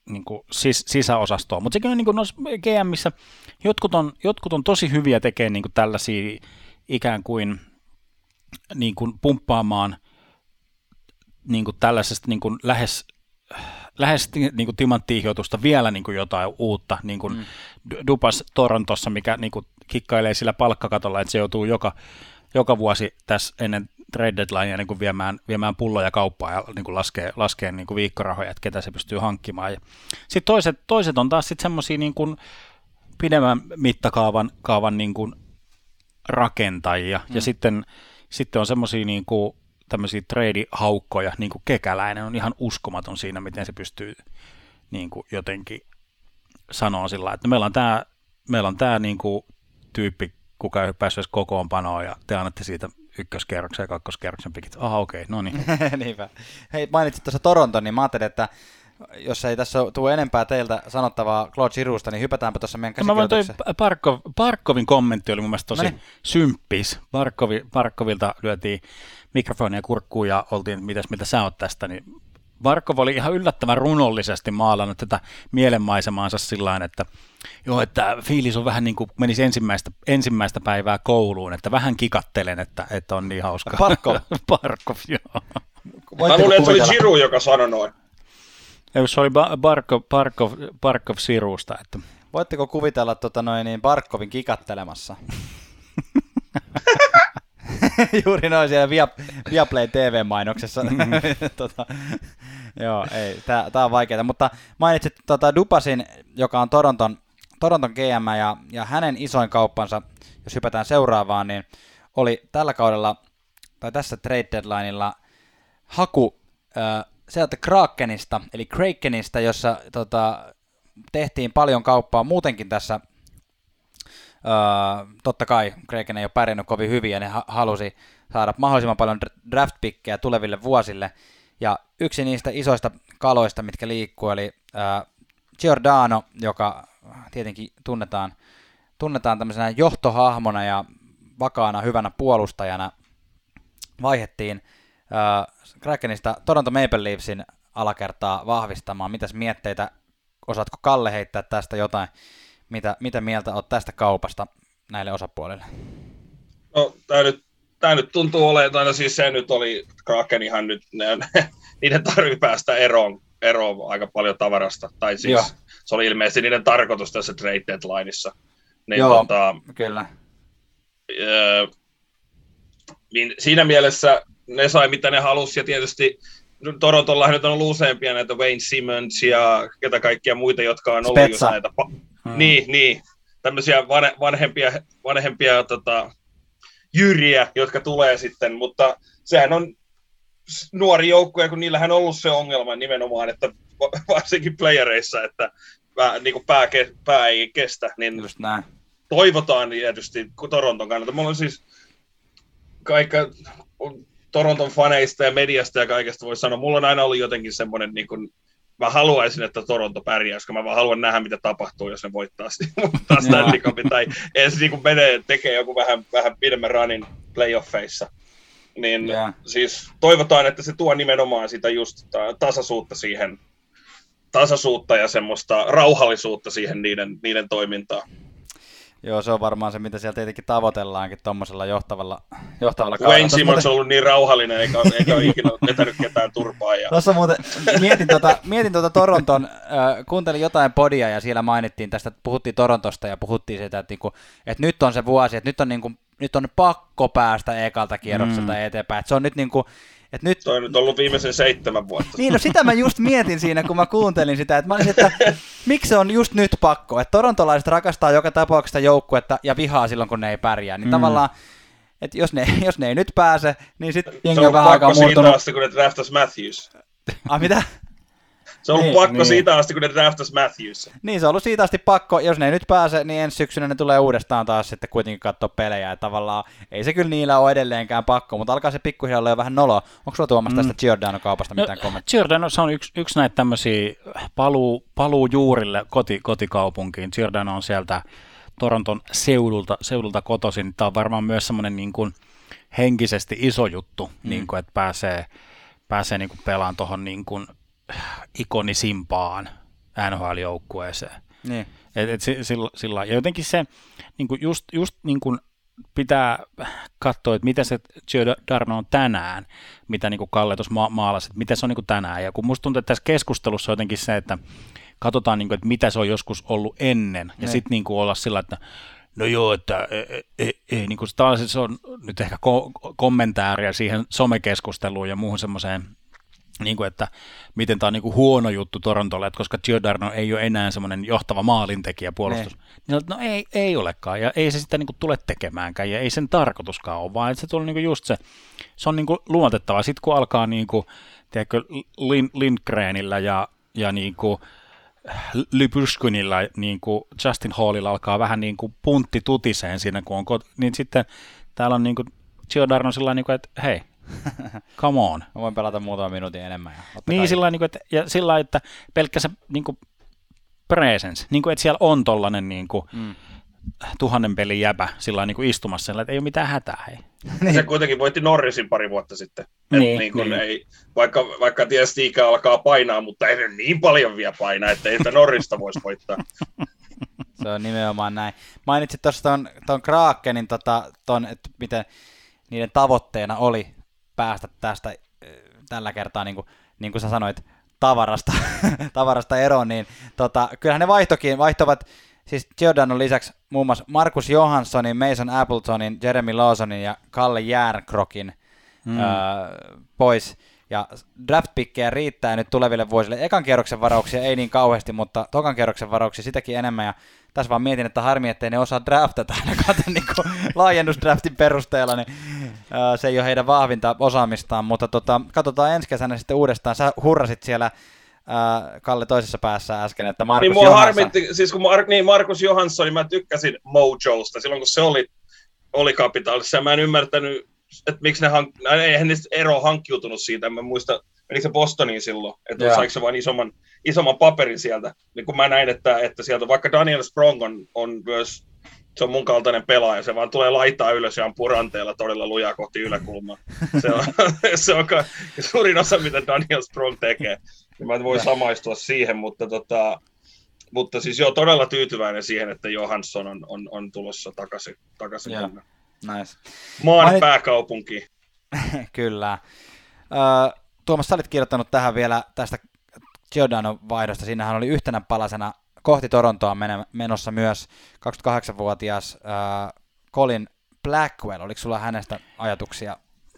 niin kuin sisäosastoa, mutta sekin on niin kuin GMissä, jotkut on tosi hyviä tekemään niin kuin tällaisia ikään kuin, pumppaamaan niin kuin tällaisesta niin kuin lähes niin kuin timanttiihjoitusta vielä niin kuin jotain uutta, niin kuin Dupas Torontossa, mikä niin kuin kikkailee sillä palkkakatolla, että se joutuu joka vuosi tässä ennen trade deadlinea niin kuin viemään pulloja kauppaan ja niin kuin laskee niin kuin viikkorahoja, että ketä se pystyy hankkimaan. Sitten toiset on taas sitten semmoisia niin kuin pidemmän mittakaavan niin kuin rakentajia, ja sitten on semmoisia niin kuin tämmöisiä trade-haukkoja, niin kuin Kekäläinen on ihan uskomaton siinä, miten se pystyy niin kuin jotenkin sanoa sillä, että meillä on tämä niin kuin tyyppi, kuka ei päässyt edes kokoonpanoon, ja te annatte siitä ykköskerroksen ja kakkoskerroksen pikit. Aha, okei, no niin. Niinpä. Hei, mainitsit tuossa Toronton, niin mä ajattelin, että jos ei tässä tule enempää teiltä sanottavaa Claude Girouxsta, niin hypätäänpä tuossa meidän käsikirjoitukseen. Barkovin kommentti oli mun mielestä tosi symppis. Barkovilta lyötiin mikrofonia kurkkuun ja oltiin, mitä sä oot tästä, niin Barkov oli ihan yllättävän runollisesti maalannut tätä mielenmaisemaansa sillain, että joo, että fiilis on vähän niin kuin menisi ensimmäistä päivää kouluun, että vähän kikattelen, että on niin hauska. Barkov, joo. Mä luulen, että se oli Giroux, joka sanoi noin. Se oli Barkov Girouxsta. Että. Voitteko kuvitella Barkovin kikattelemassa? Juuri noin siellä Viaplay TV-mainoksessa. Joo, ei, tää on vaikeaa, mutta mainitsit Dupasin, joka on Toronton GM, ja hänen isoin kauppansa, jos hypätään seuraavaan, niin oli tällä kaudella, tai tässä trade deadlineilla, haku sieltä Krakenista, eli Krakenista, jossa tehtiin paljon kauppaa muutenkin tässä. Totta kai Kraken ei ole pärjännyt kovin hyvin, ja ne halusi saada mahdollisimman paljon draft-pikkejä tuleville vuosille. Ja yksi niistä isoista kaloista, mitkä liikkuu, eli Giordano, joka tietenkin tunnetaan tämmöisenä johtohahmona ja vakaana hyvänä puolustajana, vaihdettiin Krakenista Toronto Maple Leafsin alakertaa vahvistamaan. Mitäs mietteitä, osaatko Kalle heittää tästä jotain? Mitä mieltä olet tästä kaupasta näille osapuolille? No, tämä nyt tuntuu olevan, no siis se nyt oli, Krakenihan nyt, niiden tarvii päästä eroon aika paljon tavarasta, tai siis se oli ilmeisesti niiden tarkoitus tässä trade deadlineissa. Niin, joo, kyllä. Niin siinä mielessä ne sai mitä ne halusi, ja tietysti Torontolla nyt on ollut useampia näitä Wayne Simmons ja ketä kaikkia muita, jotka on ollut just näitä niin, tämmöisiä vanhempia jyriä, jotka tulee sitten, mutta sehän on nuori joukkue, kun niillähän on ollut se ongelma nimenomaan, että varsinkin playereissa, että niin pää ei kestä, niin just näin. Toivotaan tietysti Toronton kannalta. Mulla on siis kaikka Toronton faneista ja mediasta ja kaikesta voi sanoa, mulla on aina ollut jotenkin semmoinen, niin kuin, mä haluaisin, että Toronto pärjää, koska mä vaan haluan nähdä, mitä tapahtuu, jos ne voittaa Stanley Cupin, tai edes niin kuin tekee joku vähän pidemmän runin playoffeissa. Niin siis toivotaan, että se tuo nimenomaan sitä just tasaisuutta ja semmoista rauhallisuutta siihen niiden toimintaan. Joo, se on varmaan se, mitä siellä tietenkin tavoitellaankin tuommoisella johtavalla kaudella. Wayne Simmons on ollut niin rauhallinen, eikä ole ikinä vetänyt ketään turpaa. Tuossa muuten mietin Toronton, kuuntelin jotain podia ja siellä mainittiin tästä, puhuttiin Torontosta ja puhuttiin siitä, että nyt on se vuosi, että nyt on pakko päästä ekalta kierrokselta eteenpäin. Että se on nyt Se on nyt ollut viimeisen 7 vuotta. Niin, no sitä mä just mietin siinä, kun mä kuuntelin sitä, että mä olisin, että miksi se on just nyt pakko, että torontolaiset rakastaa joka tapauksessa joukkuetta ja vihaa silloin, kun ne ei pärjää, niin tavallaan, että jos ne ei nyt pääse, niin sitten jengi on vähän aikaa murtunut. Se on pakko siitä asti, kun ne draftas Matthews. Mitä? Se on ollut pakko siitä asti, kun ne draftas Matthews. Niin, se on ollut siitä asti pakko. Jos ne ei nyt pääse, niin ensi syksynä ne tulee uudestaan taas sitten kuitenkin katsoa pelejä. Ja tavallaan ei se kyllä niillä ole edelleenkään pakko, mutta alkaa se pikkuhiljaa olla jo vähän noloa. Onko sulla Tuomas tästä Giordano-kaupasta mitään kommenttia? Giordano, se on yksi näitä tämmöisiä paluu juurille kotikaupunkiin. Giordano on sieltä Toronton seudulta kotoisin. Tämä on varmaan myös semmoinen niin kuin henkisesti iso juttu, niin kuin, että pääsee niin kuin pelaamaan tuohon niin kuin ikonisimpaan NHL-joukkueeseen. Niin. Sillä ja jotenkin se niin kuin just niin kuin pitää katsoa, että mitä se Giordano on tänään, mitä niin kuin Kalle tuossa maalasi, että mitä se on niin kuin tänään. Ja kun musta tuntuu, että tässä keskustelussa on jotenkin se, että katsotaan, niin kuin, että mitä se on joskus ollut ennen. Ja sitten niin kuin olla sillä, että no joo, että niin kuin se on nyt ehkä kommentaaria siihen somekeskusteluun ja muuhun semmoiseen, niin kuin, että miten tämä on niin kuin huono juttu Torontolle, että koska Giordano ei ole enää semmoinen johtava maalintekijä puolustus. Niin no ei olekaan, ja ei se sitä niin kuin tule tekemäänkään, ja ei sen tarkoituskaan ole, vaan että se tulee niin kuin just se on niin kuin luotettava. Sitten kun alkaa niin kuin, tiedätkö, Lindgrenillä ja niin kuin Lypyskunilla, niin kuin Justin Hallilla alkaa vähän niin kuin puntti tutiseen siinä, kun on niin sitten täällä on niin kuin Giordano sillä niin kuin, että hei, come on. Mä voin pelata muutaman minuutin enemmän. Niin, sillä niin kuin, että pelkkä se niin kuin presence, niin kuin, että siellä on tollainen niin kuin 1000 pelin jäbä sillä niin kuin istumassa, että ei ole mitään hätää. Hei. Se kuitenkin voitti Norrisin pari vuotta sitten. Niin. Ei, vaikka tietysti ikä alkaa painaa, mutta ei niin paljon vielä painaa, että ei Norrista voisi voittaa. Se on nimenomaan näin. Mainitsit tuossa tuon Krakenin, että miten niiden tavoitteena oli päästä tästä tällä kertaa, niin kuin sä sanoit, tavarasta eroon, niin kyllähän ne vaihtoivat siis Giordanon lisäksi muun muassa Marcus Johanssonin, Mason Appletonin, Jeremy Lawsonin ja Kalle Järnkrokin pois. Ja draft-pikkejä riittää nyt tuleville vuosille. Ekan kierroksen varauksia ei niin kauheasti, mutta tokan kierroksen varauksia sitäkin enemmän. Ja tässä vaan mietin, että harmi, ettei ne osaa draftata ainakaan niin laajennusdraftin perusteella, niin se ei ole heidän vahvinta osaamistaan. Mutta katsotaan ensi kesänä sitten uudestaan. Sä hurrasit siellä Kalle toisessa päässä äsken, että Marcus Johansson. Harmitti, siis kun Marcus Johansson, niin mä tykkäsin Mojosta silloin, kun se oli Capitalissa. Ja mä en ymmärtänyt, että miksi eihän niistä ero hankkiutunut siitä, en mä muista, menikö se Bostoniin silloin, että saiko se vain isomman paperin sieltä, niin kun mä näin, että sieltä, vaikka Daniel Sprong on myös, se on mun kaltainen pelaaja, se vaan tulee laitaa ylös ja on puranteella todella lujaa kohti yläkulmaa. Se on suurin osa, mitä Daniel Sprong tekee, niin mä voin samaistua siihen, mutta siis joo, todella tyytyväinen siihen, että Johansson on tulossa takaisin. Nice. Maan pääkaupunki. Kyllä. Tuomas, sä olit kirjoittanut tähän vielä tästä Giordanon vaihdosta. Siinähän oli yhtenä palasena kohti Torontoa menossa myös 28-vuotias Colin Blackwell. Oliko sulla hänestä ajatuksia?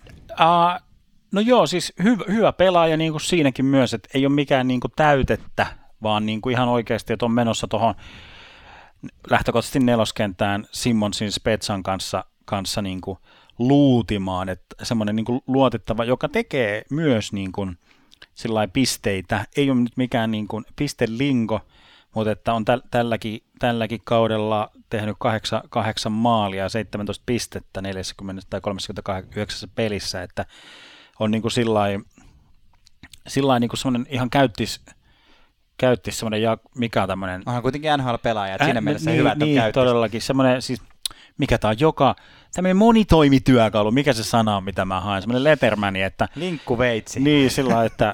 No joo, siis hyvä pelaaja niin kuin siinäkin myös, että ei ole mikään niin kuin täytettä, vaan niin kuin ihan oikeasti, että on menossa tuohon lähtökohtaisesti neloskenttään Simmonsin Spetsan kanssa niin kuin luutimaan, että semmoinen niin kuin luotettava, joka tekee myös niin kuin sillain pisteitä, ei ole nyt mikään niin kuin pistelingo, mutta että on tälläkin kaudella tehnyt 8 maalia ja 17 pistettä 40 tai 39 pelissä, että on niin kuin sillain niin kuin semmoinen ihan käyttis semmoinen, mikä on tämmöinen... Onhan kuitenkin NHL-pelaaja, että siinä mielessä hyvä, että on käyttis. Niin, todellakin. Semmoinen, siis, mikä tämä on, tämmöinen monitoimityökalu, mikä se sana on, mitä mä haen, semmoinen Lettermani, että... Linkkuveitsi. Niin, sillä että...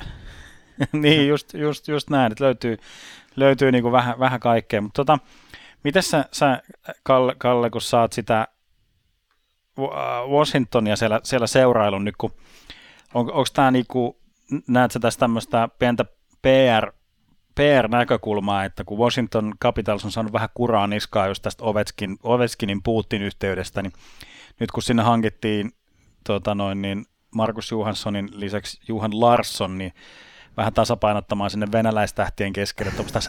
niin, just näin, että löytyy niin kuin vähän kaikkea, mutta miten sä Kalle, kun saat sitä Washingtonia siellä seurailun nyt, kun onko tämä niinku, näet sä tässä tämmöistä pientä PR-näkökulmaa, että kun Washington Capitals on saanut vähän kuraa niskaa just tästä Ovechkinin Putin yhteydestä, niin nyt kun sinne hankittiin niin Marcus Johanssonin lisäksi Johan Larsson, niin vähän tasapainottamaan sinne venäläistähtien keskelle tuosta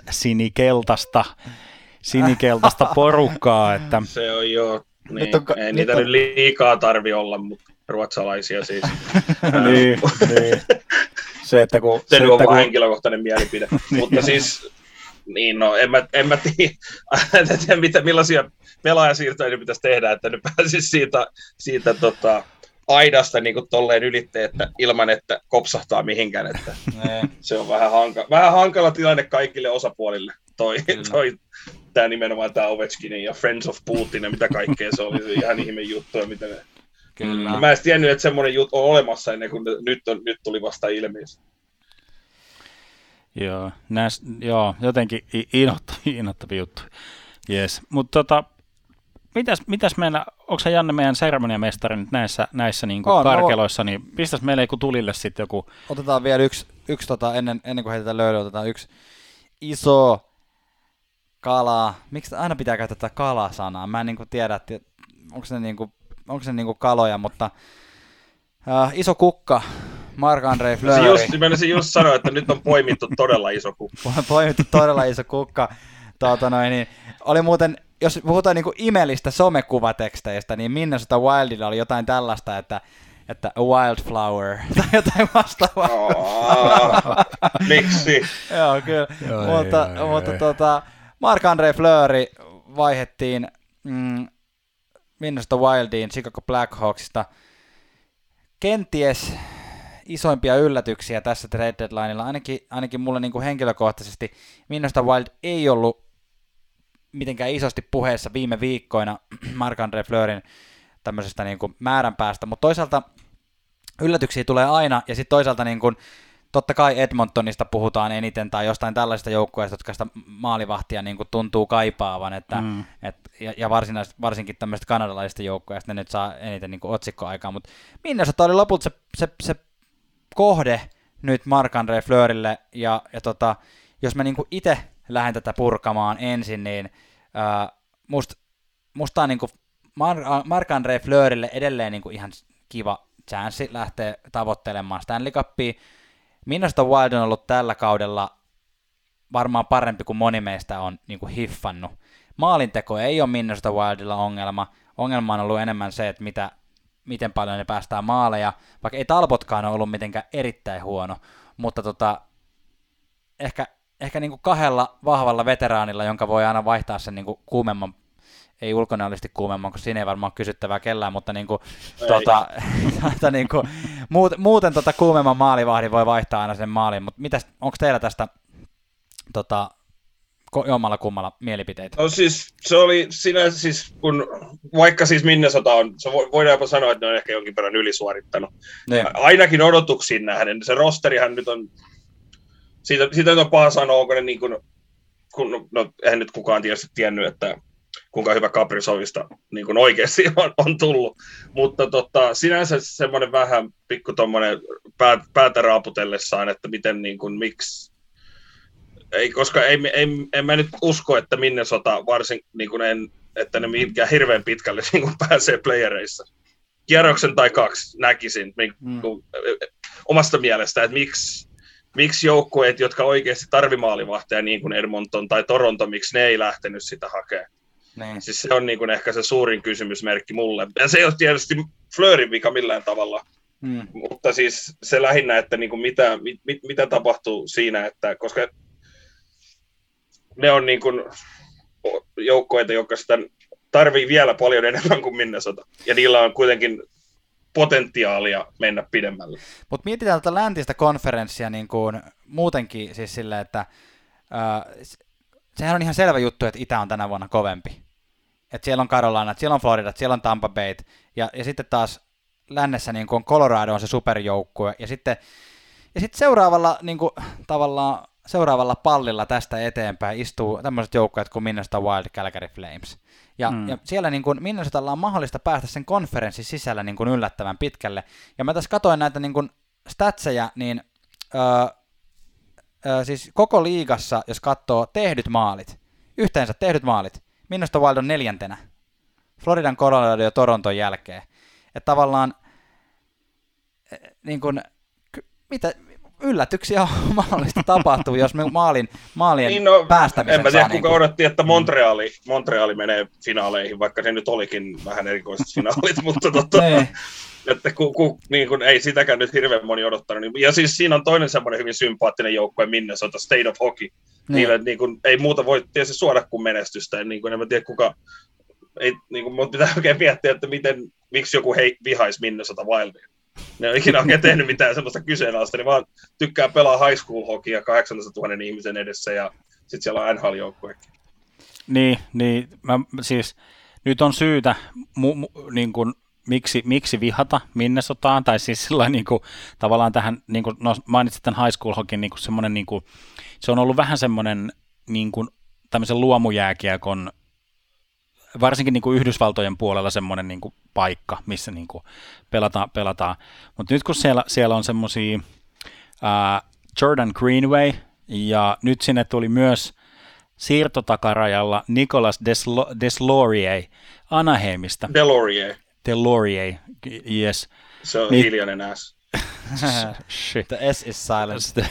sinikeltaista porukkaa. Että... Se on joo. Niin, ei niitä nyt liikaa tarvi olla, mutta ruotsalaisia siis. niin. Se on vaan henkilökohtainen mielipide. Mutta siis, niin no, en mä tiedä, millaisia pelaajasiirtoja ne pitäisi tehdä, että ne pääsisi siitä aidasta niin kuin tolleen ylitte, että ilman, että kopsahtaa mihinkään. Että se on vähän hankala tilanne kaikille osapuolille. Tämä nimenomaan tämä Ovechkinin ja Friends of Putin ja mitä kaikkea se oli, ihan ihme juttuja. Mitä ne... Kyllä. Mä en tiennyt, että semmoinen juttu on olemassa ennen kuin nyt tuli vasta ilmiössä. Joo, jotenkin innoittavia juttu. Yes. Mutta mitäs meillä, onko se Janne meidän seremoniamestari nyt näissä niin kuin karkeloissa, niin pistäisi meille joku tulille sitten joku... Otetaan vielä yksi ennen kuin heitetään löylyä, otetaan yksi iso kala. Miksi aina pitää käyttää tätä kala-sanaa? Mä en niin kuin tiedä, että onko se niin kuin kaloja, mutta iso kukka, Marc-André Fleury. Menisin just sanoa, että nyt on poimittu todella iso kukka. Poimittu todella iso kukka. Niin oli muuten, jos puhutaan niin kuin imellistä somekuvateksteistä, niin Minnesota Wildilla oli jotain tällaista, että a wildflower tai jotain vastaavaa. Miksi? Joo, kyllä. Mutta Marc-André Fleury vaihdettiin Minnesota Wildiin Chicago Blackhawksista. Kenties isoimpia yllätyksiä tässä trade deadlinella, ainakin mulle niin kuin henkilökohtaisesti Minnesota Wild ei ollut mitenkään isosti puheessa viime viikkoina Marc-André Fleuryn tämmöisestä niin kuin määränpäästä, mutta toisaalta yllätyksiä tulee aina, ja sitten toisaalta niin kuin, totta kai Edmontonista puhutaan eniten, tai jostain tällaisista joukkueista, jotka sitä maalivahtia niin kuin tuntuu kaipaavan, ja varsinkin tämmöistä kanadalaisista joukkueista ne nyt saa eniten niin kuin otsikkoaikaa, mutta Minnesota oli lopulta se kohde nyt Marc-André Fleurylle, ja jos mä niin kuin itse lähden tätä purkamaan ensin, niin musta on niin kuin Marc-André Fleurylle edelleen niin kuin ihan kiva chanssi lähteä tavoittelemaan Stanley Cupia. Minnesota Wild on ollut tällä kaudella varmaan parempi kuin moni meistä on niin kuin hiffannut. Maalinteko ei ole Minnesota Wildilla ongelma. Ongelma on ollut enemmän se, että miten paljon ne päästään maaleja, vaikka ei Talbotkaan ole ollut mitenkään erittäin huono, mutta ehkä niin kuin kahdella vahvalla veteraanilla, jonka voi aina vaihtaa sen niin kuin kuumemman, ei ulkonäöllisesti kuumemman, koska siinä ei varmaan ole kysyttävää kellään, mutta niin kuin, niin kuin, muuten kuumemman maalivahdin voi vaihtaa aina sen maalin, mutta onko teillä tästä jommalla kummalla mielipiteitä? No siis se oli sinä siis, kun vaikka siis Minnesota on, voidaan jopa sanoa, että ne on ehkä jonkin verran ylisuorittanut. Ne. Ainakin odotuksiin nähden. Se rosterihan nyt on, siitä on paha sanoa, onko ne niin kuin, no eihän nyt kukaan tietysti tiennyt, että kuinka hyvä Kaprizovista niin kuin oikeasti on tullut, mutta sinänsä semmoinen vähän pikku tommoinen päätä raaputellessaan, että miten niin kuin, miksi koska en mä nyt usko, että Minnesota varsin, niin kuin että ne mitkään hirveän pitkälle niin kuin pääsee playereissa. Kierroksen tai 2 näkisin niin kuin, omasta mielestä, että miksi joukkueet, jotka oikeasti tarvitsevat maalivahtia, niin kuin Edmonton tai Toronto, miksi ne ei lähtenyt sitä hakemaan. Niin. Siis se on niin kuin ehkä se suurin kysymysmerkki mulle. Ja se ei ole tietysti Fleuryn vika millään tavalla, mutta siis se lähinnä, että niin kuin mitä tapahtuu siinä, että koska ne on niin kuin joukkoita, jotka sitä tarvii vielä paljon enemmän kuin Minnesota. Ja niillä on kuitenkin potentiaalia mennä pidemmälle. Mutta mietitään tätä läntistä konferenssia niin kuin muutenkin siis silleen, että sehän on ihan selvä juttu, että Itä on tänä vuonna kovempi. Että siellä on Carolina, siellä on Florida, siellä on Tampa Bay, ja sitten taas lännessä niin kuin Colorado on se superjoukkue, ja sitten seuraavalla niin kuin, tavallaan seuraavalla pallilla tästä eteenpäin istuu tämmöiset joukkueet kuin Minnesota Wild, Calgary Flames. Ja siellä niin kuin Minnesotalla on mahdollista päästä sen konferenssin sisällä niin kuin yllättävän pitkälle. Ja mä tässä katsoin näitä niin kuin statseja, niin siis koko liigassa, jos katsoo yhteensä tehdyt maalit, Minnesota Wild on 4. Floridan, Colorado ja Toronton jälkeen. Että tavallaan niin kuin, yllätyksiä on mahdollista tapahtua, jos me maalien niin päästämisen enpä tiedä, kuka odotti, että Montreali menee finaaleihin, vaikka se nyt olikin vähän erikoiset finaalit, mutta että niin kuin, ei sitäkään nyt hirveän moni odottanut. Ja siis siinä on toinen semmoinen hyvin sympaattinen joukkue Minnesota, State of Hockey. Niille niin kuin, ei muuta voi tietysti suoda kuin menestystä. Niin kuin, en mä tiedä, kuka... Ei, niin kuin, mutta pitää oikein miettiä, että miksi joku vihaisi Minnesota Wildia. Ne on ikinä oikein tehnyt mitään semmoista kyseenalaista, niin vaan tykkää pelaa high school hockeya 800 000 ihmisen edessä ja sitten siellä on NHL-joukkuekin. Niin siis nyt on syytä niin kuin miksi vihata Minnesotaan, tai siis sillä niin kuin, tavallaan tähän, niin kuin, no, mainitsit tämän high school hockeyn, niin kuin semmoinen, niin kuin, se on ollut vähän semmoinen niin kuin, tämmöisen luomujääkiekon, varsinkin niin kuin Yhdysvaltojen puolella semmoinen niin kuin paikka, missä niin kuin pelataan. Mutta nyt kun siellä on semmoisia Jordan Greenway, ja nyt sinne tuli myös siirtotakarajalla Nicolas Deslauriers Anaheimista. Deslauriers, yes. Se on hiljainen S. Shit. The S is silent.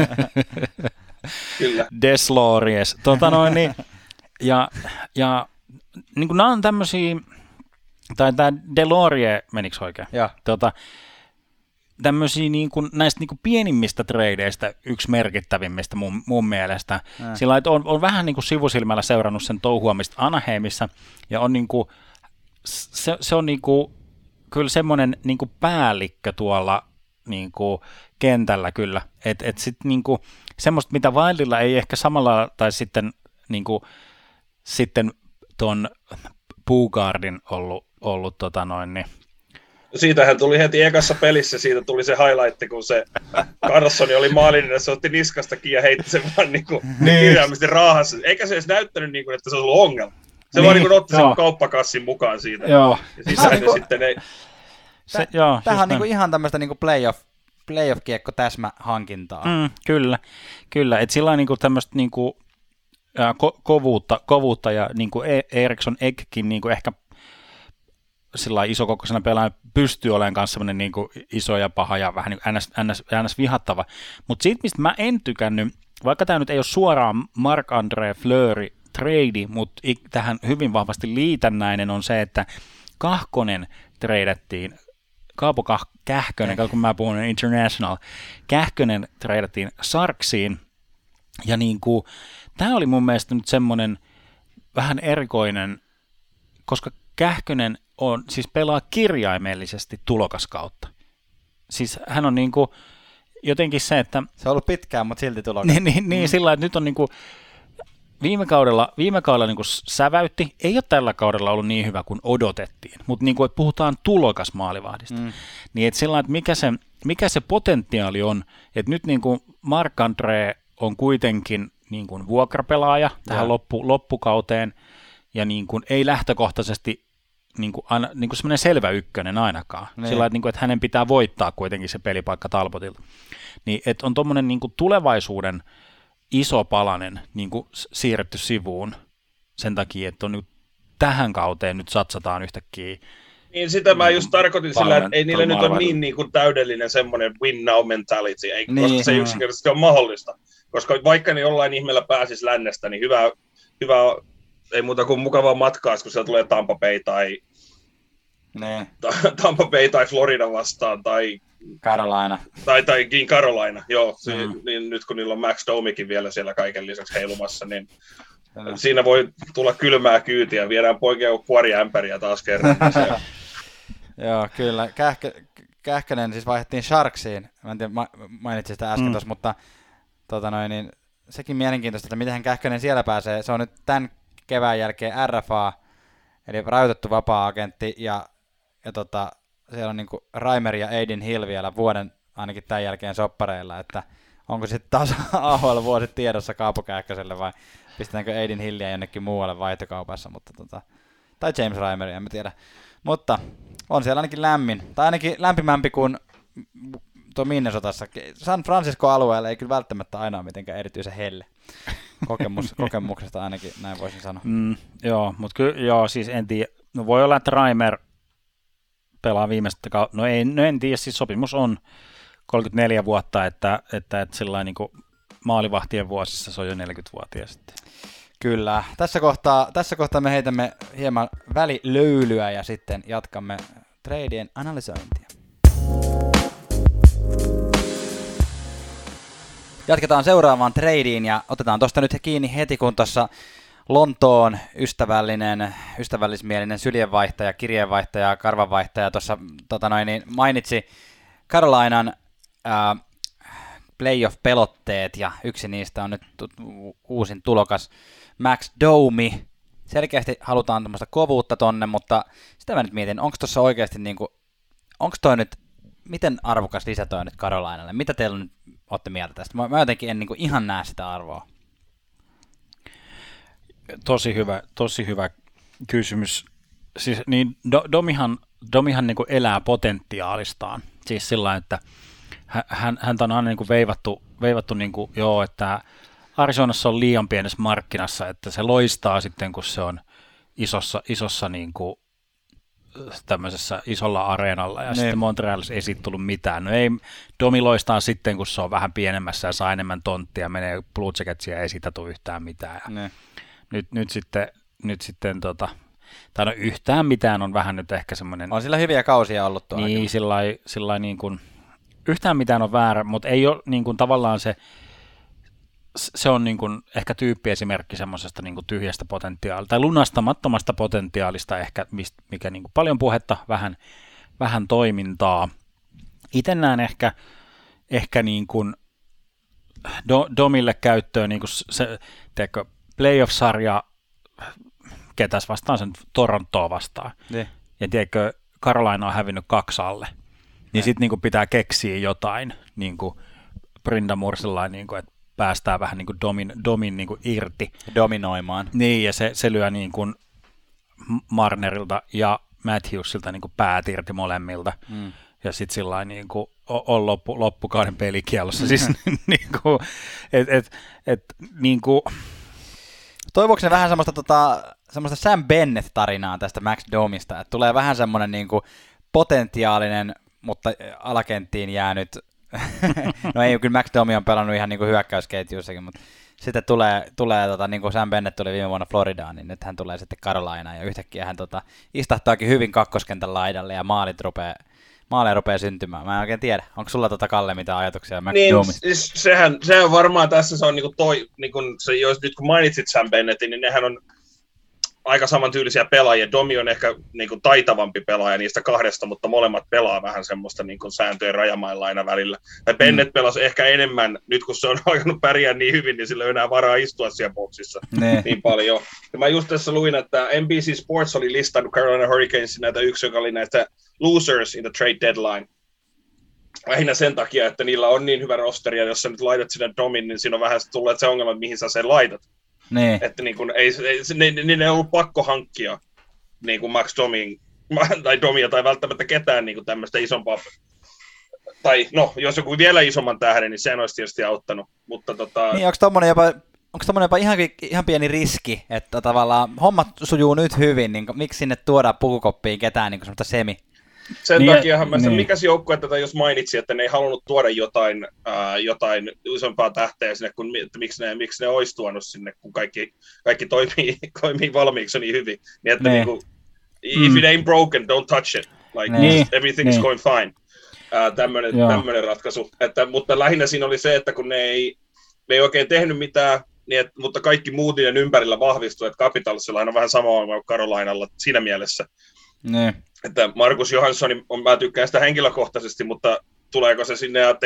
Kyllä. Deslauriers. Niin, ja niin kuin nämä on tämmöisiä, tai tämä Deslauriers, menikö oikein? Joo. Tämmöisiä niin kuin, näistä niin kuin pienimmistä tradeista yksi merkittävimmistä mun mielestä. Sillä että on vähän niin kuin sivusilmällä seurannut sen touhuamista Anaheimissa, ja on niin kuin, se on niin kuin, kyllä semmoinen niin kuin päällikkö tuolla niin kuin kentällä kyllä. Et sitten niin kuin, semmoista, mitä Wildilla ei ehkä samalla, tai sitten niin kuin, sitten ton Bugardin ollut niin. Siitähän tuli heti ekassa pelissä, siitä tuli se highlight, kun se Carlsoni oli maalinen, se otti niskastakin ja heitti sen vaan niin kirjaimisesti raahassa. Eikä se edes näyttänyt, niin kuin, että se olisi ollut ongelma. Se vaan niin otti sen kauppakassin mukaan siitä. Joo. Ja sisään niin sitten ei... Tämähän on niin ihan tämmöistä niin playoff-kiekko täsmähankintaa. Kyllä. Että sillä on niin tämmöistä niin kovuutta ja niin kuin Eriksson Eggkin niin ehkä sillä isokokoisena pelaajan pystyy olemaan kanssa semmoinen niin kuin iso ja paha ja vähän niin ns. Vihattava. Mutta siitä, mistä mä en tykännyt, vaikka tämä nyt ei ole suoraan Marc-André Fleury trade, mutta tähän hyvin vahvasti liitännäinen on se, että Kahkonen treidattiin, Kaapo Kähkönen, kun mä puhun International, Kähkönen treidattiin Sharksiin, ja niin kuin, tämä oli mun mielestä nyt semmoinen vähän erikoinen, koska Kähkönen siis pelaa kirjaimellisesti tulokaskautta. Siis hän on niin kuin jotenkin se, että... Se on ollut pitkään, mutta silti tulokas. Niin sillä että nyt on niin kuin viime kaudella niin kuin säväytti, ei ole tällä kaudella ollut niin hyvä kuin odotettiin, mutta niin kuin, että puhutaan tulokasmaalivahdista. Niin että sillä että mikä se potentiaali on, että nyt niin kuin Marc-André on kuitenkin niin kuin vuokrapelaaja tähän loppukauteen, ja niin kuin ei lähtökohtaisesti niin kuin semmoinen selvä ykkönen ainakaan. Sillä että hänen pitää voittaa kuitenkin se pelipaikka Talbotilta. Niin, että on tuommoinen niin kuin tulevaisuuden iso palanen niin kuin siirretty sivuun sen takia, että on nyt tähän kauteen nyt satsataan yhtäkkiä. Niin sitä mä just tarkoitin sillä, että ei niille nyt ole niin kuin täydellinen semmoinen win now mentality, koska se ei yksinkertaisesti ole mahdollista. Koska vaikka ne jollain ihmeellä pääsisi lännestä, niin hyvä ei muuta kuin mukavaa matkaa, kun siellä tulee Tampa Bay tai Florida vastaan tai Carolina. Tai Carolina, joo. Niin nyt kun niillä on Max Domikin vielä siellä kaiken lisäksi heilumassa, niin siinä voi tulla kylmää kyytiä. Viedään poikia kuoriämpäriä taas kerran. Joo, kyllä. Kähkönen siis vaihdettiin Sharksiin. Mä en tiedä, mainitsin sitä äsken tuossa, mutta niin, sekin mielenkiintoista, että miten Kähkönen siellä pääsee. Se on nyt tämän kevään jälkeen RFA, eli rajoitettu vapaa-agentti, ja siellä on niinku Reimer ja Aiden Hill vielä vuoden ainakin tämän jälkeen soppareilla, että onko sitten taas AHL-vuosi tiedossa Kaapo Kähköselle vai pistetäänkö Aiden Hilliä jonnekin muualle vaihtokaupassa, mutta tai James Reimeria, en tiedä. Mutta on siellä ainakin lämmin, tai ainakin lämpimämpi kuin tuo Minnesotassa. San Francisco-alueella ei kyllä välttämättä aina ole mitenkään erityisen helle. Kokemuksesta ainakin, näin voisin sanoa. Joo, mutta kyllä, siis en tiedä. No voi olla, että Reimer pelaa viimeistä kautta. No en tiedä, siis sopimus on 34 vuotta, että sillä niin kuin maalivahtien vuosissa se on jo 40-vuotias sitten. Kyllä. Tässä kohtaa me heitämme hieman välilöylyä ja sitten jatkamme treidien analysointia. Jatketaan seuraavaan treidiin ja otetaan tuosta nyt kiinni heti, kun tuossa Lontoon ystävällismielinen syljenvaihtaja, kirjeenvaihtaja, karvanvaihtaja tuossa mainitsi Carolinan playoff-pelotteet, ja yksi niistä on nyt uusin tulokas Max Domi, selkeästi halutaan tämmöistä kovuutta tonne, mutta sitä mä nyt mietin, onko tuossa oikeasti niinku, onko toi nyt, miten arvokas lisä toi nyt Carolinalle? Mitä teillä nyt ootte mieltä tästä? Mä jotenkin en niinku ihan näe sitä arvoa. Tosi hyvä kysymys. Siis niin Domihan niinku elää potentiaalistaan. Siis sillä, että häntä on aina niinku veivattu niinku, että Arizonassa on liian pienessä markkinassa, että se loistaa sitten, kun se on isossa niinku, tämmöisessä isolla areenalla, ja sitten Montrealissa ei siitä tullut mitään. No ei, Domi loistaa sitten, kun se on vähän pienemmässä ja saa enemmän tonttia, menee Blue Jacketsia ja ei siitä tule yhtään mitään. Nyt sitten tai no yhtään mitään on vähän nyt ehkä semmoinen... On sillä hyviä kausia ollut tuolla. Niin, sillä niin kuin, yhtään mitään on väärä, mutta ei ole niin kuin, tavallaan se on niin kuin, ehkä tyyppiesimerkki semmoisesta niin kuin tyhjästä potentiaalista, tai lunastamattomasta potentiaalista ehkä, mikä niin kuin paljon puhetta, vähän toimintaa. Itse näen ehkä niin kuin Domille käyttöön niin kuin se, teekö, playoff-sarja, ketäs vastaan sen Torontoa vastaan. Ja tiedätkö, Carolina on hävinnyt 2 alle. Niin sitten niinku pitää keksiä jotain niinku Brindamore niinku, että päästään vähän niinku Domin niinku irti. Dominoimaan. Niin, ja se lyö niinku Marnerilta ja Matthewsilta niinku päät irti molemmilta. Ja sitten sillä niinku on loppukauden pelikielossa. Siis niinku, niinku... Toivoiko ne vähän semmoista Sam Bennett-tarinaa tästä Max Domista, että tulee vähän semmoinen niinku potentiaalinen, mutta alakenttiin jäänyt, no ei, kyllä Max Domi on pelannut ihan niinku hyökkäysketjuissakin, mutta sitten tulee niin kuin Sam Bennett tuli viime vuonna Floridaan, niin nyt hän tulee sitten Carolinaan, ja yhtäkkiä hän istahtaakin hyvin kakkoskentän laidalle, ja maaleja rupeaa syntymään. Mä en oikein tiedä. Onko sulla Kalle mitään ajatuksia Max Domista? Siis sehän varmaan tässä se on niinku se, jos nyt kun mainitsit Sam Bennettin, niin nehän on aika samantyylisiä pelaajia. Domi on ehkä niinku taitavampi pelaaja niistä 2, mutta molemmat pelaa vähän semmoista niinku sääntöjen rajamailla aina välillä. Ja Bennett pelasi ehkä enemmän, nyt kun se on alkanut pärjää niin hyvin, niin sillä ei enää varaa istua siellä boksissa niin paljon. Ja mä just tässä luin, että NBC Sports oli listannut Carolina Hurricanesin näitä joka oli näitä losers in the trade deadline. Lähinnä sen takia, että niillä on niin hyvä rosteri, ja jos sä nyt laitat sinne Domin, niin siinä on vähän tullut se ongelma, mihin sä sen laitat. Nee. Että niin kun ne ei ollut pakko hankkia niin kuin Max Domin, tai Domia tai välttämättä ketään niin kuin tämmöistä isompaa. Tai no, jos joku vielä isomman tähden, niin sen olisi tietysti auttanut. Mutta niin, onko tommonen jopa ihan pieni riski, että tavallaan hommat sujuu nyt hyvin, niin miksi sinne tuodaan pukukoppiin ketään niin semmoista semi? Sen takiahan mä mikäs joukkue tätä jos mainitsi, että ne ei halunnut tuoda jotain isompaa tähteä sinne, että miksi ne olisi tuonut sinne, kun kaikki toimii valmiiksi niin hyvin. Niin että niinku, if it ain't broken, don't touch it. Like, everything is going fine. Tämmöinen ratkaisu. Mutta lähinnä siinä oli se, että kun ne ei oikein tehnyt mitään, niin mutta kaikki muut niiden ympärillä vahvistui, että Capitalsilla on vähän sama kuin Carolinalla siinä mielessä. Että Markus Johansson, mä tykkään sitä henkilökohtaisesti, mutta tuleeko se sinne ja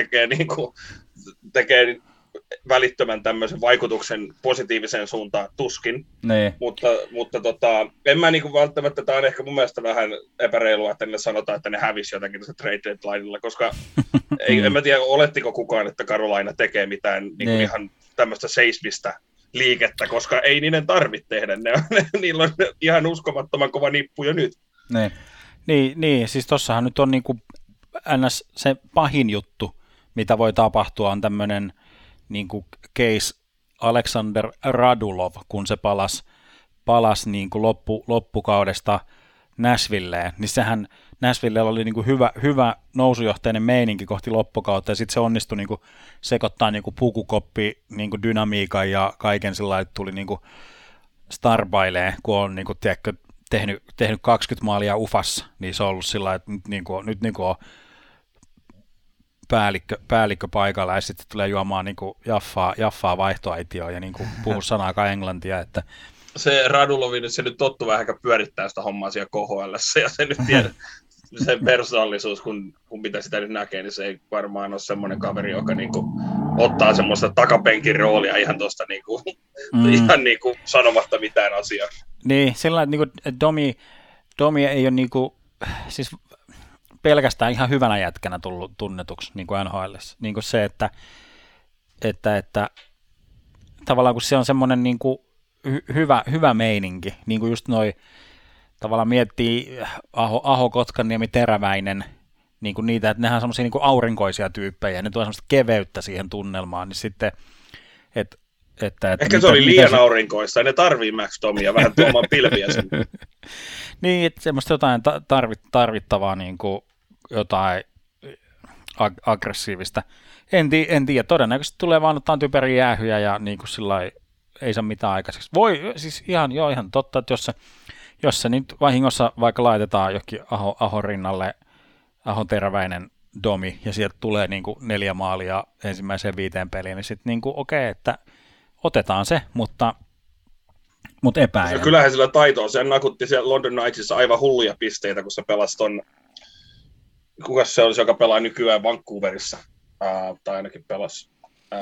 tekee välittömän tämmöisen vaikutuksen positiiviseen suuntaan, tuskin. Mutta en mä välttämättä, tämä on ehkä mun mielestä vähän epäreilua, että ne sanotaan, että ne hävisi jotakin tässä trade deadlinella, koska en mä tiedä, olettiko kukaan, että Carolina tekee mitään ihan tämmöistä seismistä liikettä, koska ei niiden tarvitse tehdä. Niillä on ihan uskomattoman kova nippu jo nyt. Niin, siis tossahan nyt on niinku ns. Se pahin juttu, mitä voi tapahtua, on tämmöinen niinku case Alexander Radulov, kun se palasi niinku loppukaudesta Nashvilleen, niin sehän Nashvillella oli niinku hyvä nousujohteinen meininki kohti loppukautta, ja sitten se onnistui niinku sekoittaa niinku pukukoppi niinku dynamiikan ja kaiken sillä lailla, että tuli niinku starbailee, kun on niinku, tiedätkö, tehnyt 20 maalia ufassa, niin se on ollut sillä lailla, että nyt on päällikkö paikalla, ja sitten tulee juomaan niinku jaffaa vaihtoaitioon ja niinku puhuu sanaakaan englantia, että se Radulovi, se nyt tottu vähän pyörittää sitä hommaa siellä KHL:ssä, ja se nyt tiedä, sen persoonallisuus, kun mitä sitä nyt näkee, niin se ei varmaan ole semmoinen kaveri, joka niinku ottaa semmoista takapenkin roolia ihan tuosta niinku, ihan niinku sanomatta mitään asiaa. Niin, sellainen, että Domi ei ole niinku, siis pelkästään ihan hyvänä jätkänä tullut tunnetuksi niin kuin NHL:ssä. Niin kuin se, että tavallaan kun se on semmoinen niin kuin hyvä meininki, niin kuin just noi tavallaan miettii Aho, Kotkaniemi, Teräväinen, niin kuin niitä, että nehän on semmoisia niin kuin aurinkoisia tyyppejä, ne tuo semmoista keveyttä siihen tunnelmaan, niin sitten, että ehkä se oli liian aurinkoista, ne tarvii Max Domia vähän tuomaan pilviä sinne. Niin, että semmoista jotain tarvittavaa, niin kuin jotain aggressiivista. En tiedä, todennäköisesti tulee vaan ottaa typeriä jäähyjä ja niin kuin sillai, ei saa mitään aikaiseksi. Voi, siis ihan totta, että jos se nyt vahingossa vaikka laitetaan johonkin Ahon rinnalle Ahon Teräväinen Domi ja sieltä tulee niin kuin 4 maalia ensimmäiseen 5 peliin, niin sitten niin okei, että otetaan se, mutta epäilen. Kyllähän sillä taitoa. Se nakutti siellä London Knightsissa aivan hulluja pisteitä, kun se pelasi ton, kukas se olisi, joka pelaa nykyään Vancouverissa, tai ainakin pelasi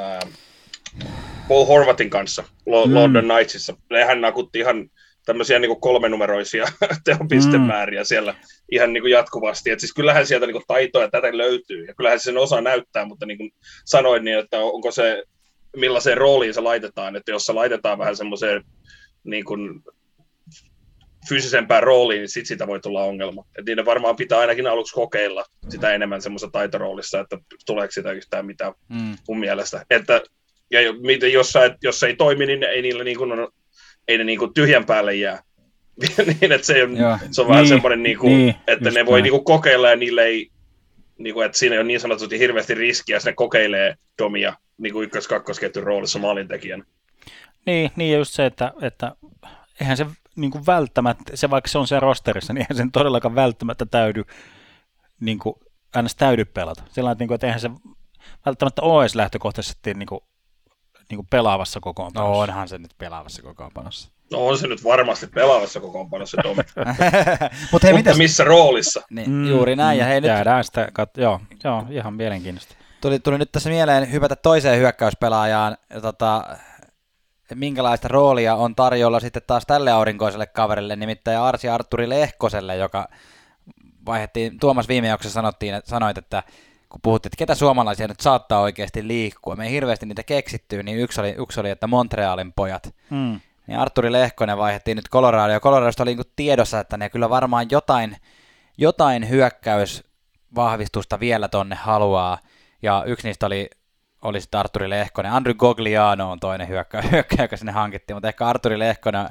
Paul Horvatin kanssa London Knightsissa. Hän nakutti ihan tämmöisiä niin kuin 3-numeroisia tehopistemääriä siellä ihan niin kuin jatkuvasti. Et siis kyllähän sieltä niin kuin taitoja tätä löytyy, ja kyllähän se sen osaa näyttää, mutta niin kuin sanoin, niin että onko se, millaiseen rooliin se laitetaan, että jos se laitetaan vähän semmoiseen niin kuin fyysisempään rooliin, niin sitten siitä voi tulla ongelma. Et niiden varmaan pitää ainakin aluksi kokeilla sitä enemmän semmoisessa taitoroolissa, että tuleeko sitä yhtään mitään mun mielestä. Että, ja jos se ei toimi, niin ei niillä niin kuin ei ne niin kuin tyhjän päälle jää. Niin, että se on vähän semmoinen, niin kuin, että ne voi niin kuin kokeilla ja niille ei, niin kuin, että siinä ei ole niin sanotusti hirveästi riskiä, jos ne kokeilee Domia niin kuin ykkös-kakkosketjun roolissa maalintekijänä. Niin ja just se, että eihän se niin kuin välttämättä, se vaikka se on siellä rosterissa, niin eihän sen todellakaan välttämättä niin kuin aina täydy pelata. Sellainen, että eihän se välttämättä ole edes lähtökohtaisesti niin kuin pelaavassa kokoonpanossa. No onhan se nyt pelaavassa kokoonpanossa. No on se nyt varmasti pelaavassa kokoonpanossa, Domi. Mutta missä roolissa? Niin, juuri näin. Ja hei, nyt jäädään sitä, joo, ihan mielenkiintoista. Tuli nyt tässä mieleen hypätä toiseen hyökkäyspelaajaan. Minkälaista roolia on tarjolla sitten taas tälle aurinkoiselle kaverille, nimittäin Arturi Lehkoselle, joka vaihdettiin, Tuomas viime jaksossa sanoit, että kun puhuttiin, että ketä suomalaisia nyt saattaa oikeasti liikkua, me ei hirveästi niitä keksittyä, niin yksi oli että Montrealin pojat. Niin Arturi Lehkonen vaihdettiin nyt Coloradoon, ja Coloradosta oli niin tiedossa, että ne kyllä varmaan jotain hyökkäysvahvistusta vielä tonne haluaa, ja yksi niistä oli sitten Arturi Lehkonen. Andrew Gogliano on toinen hyökkäjä, joka sinne hankittiin, mutta ehkä Arturi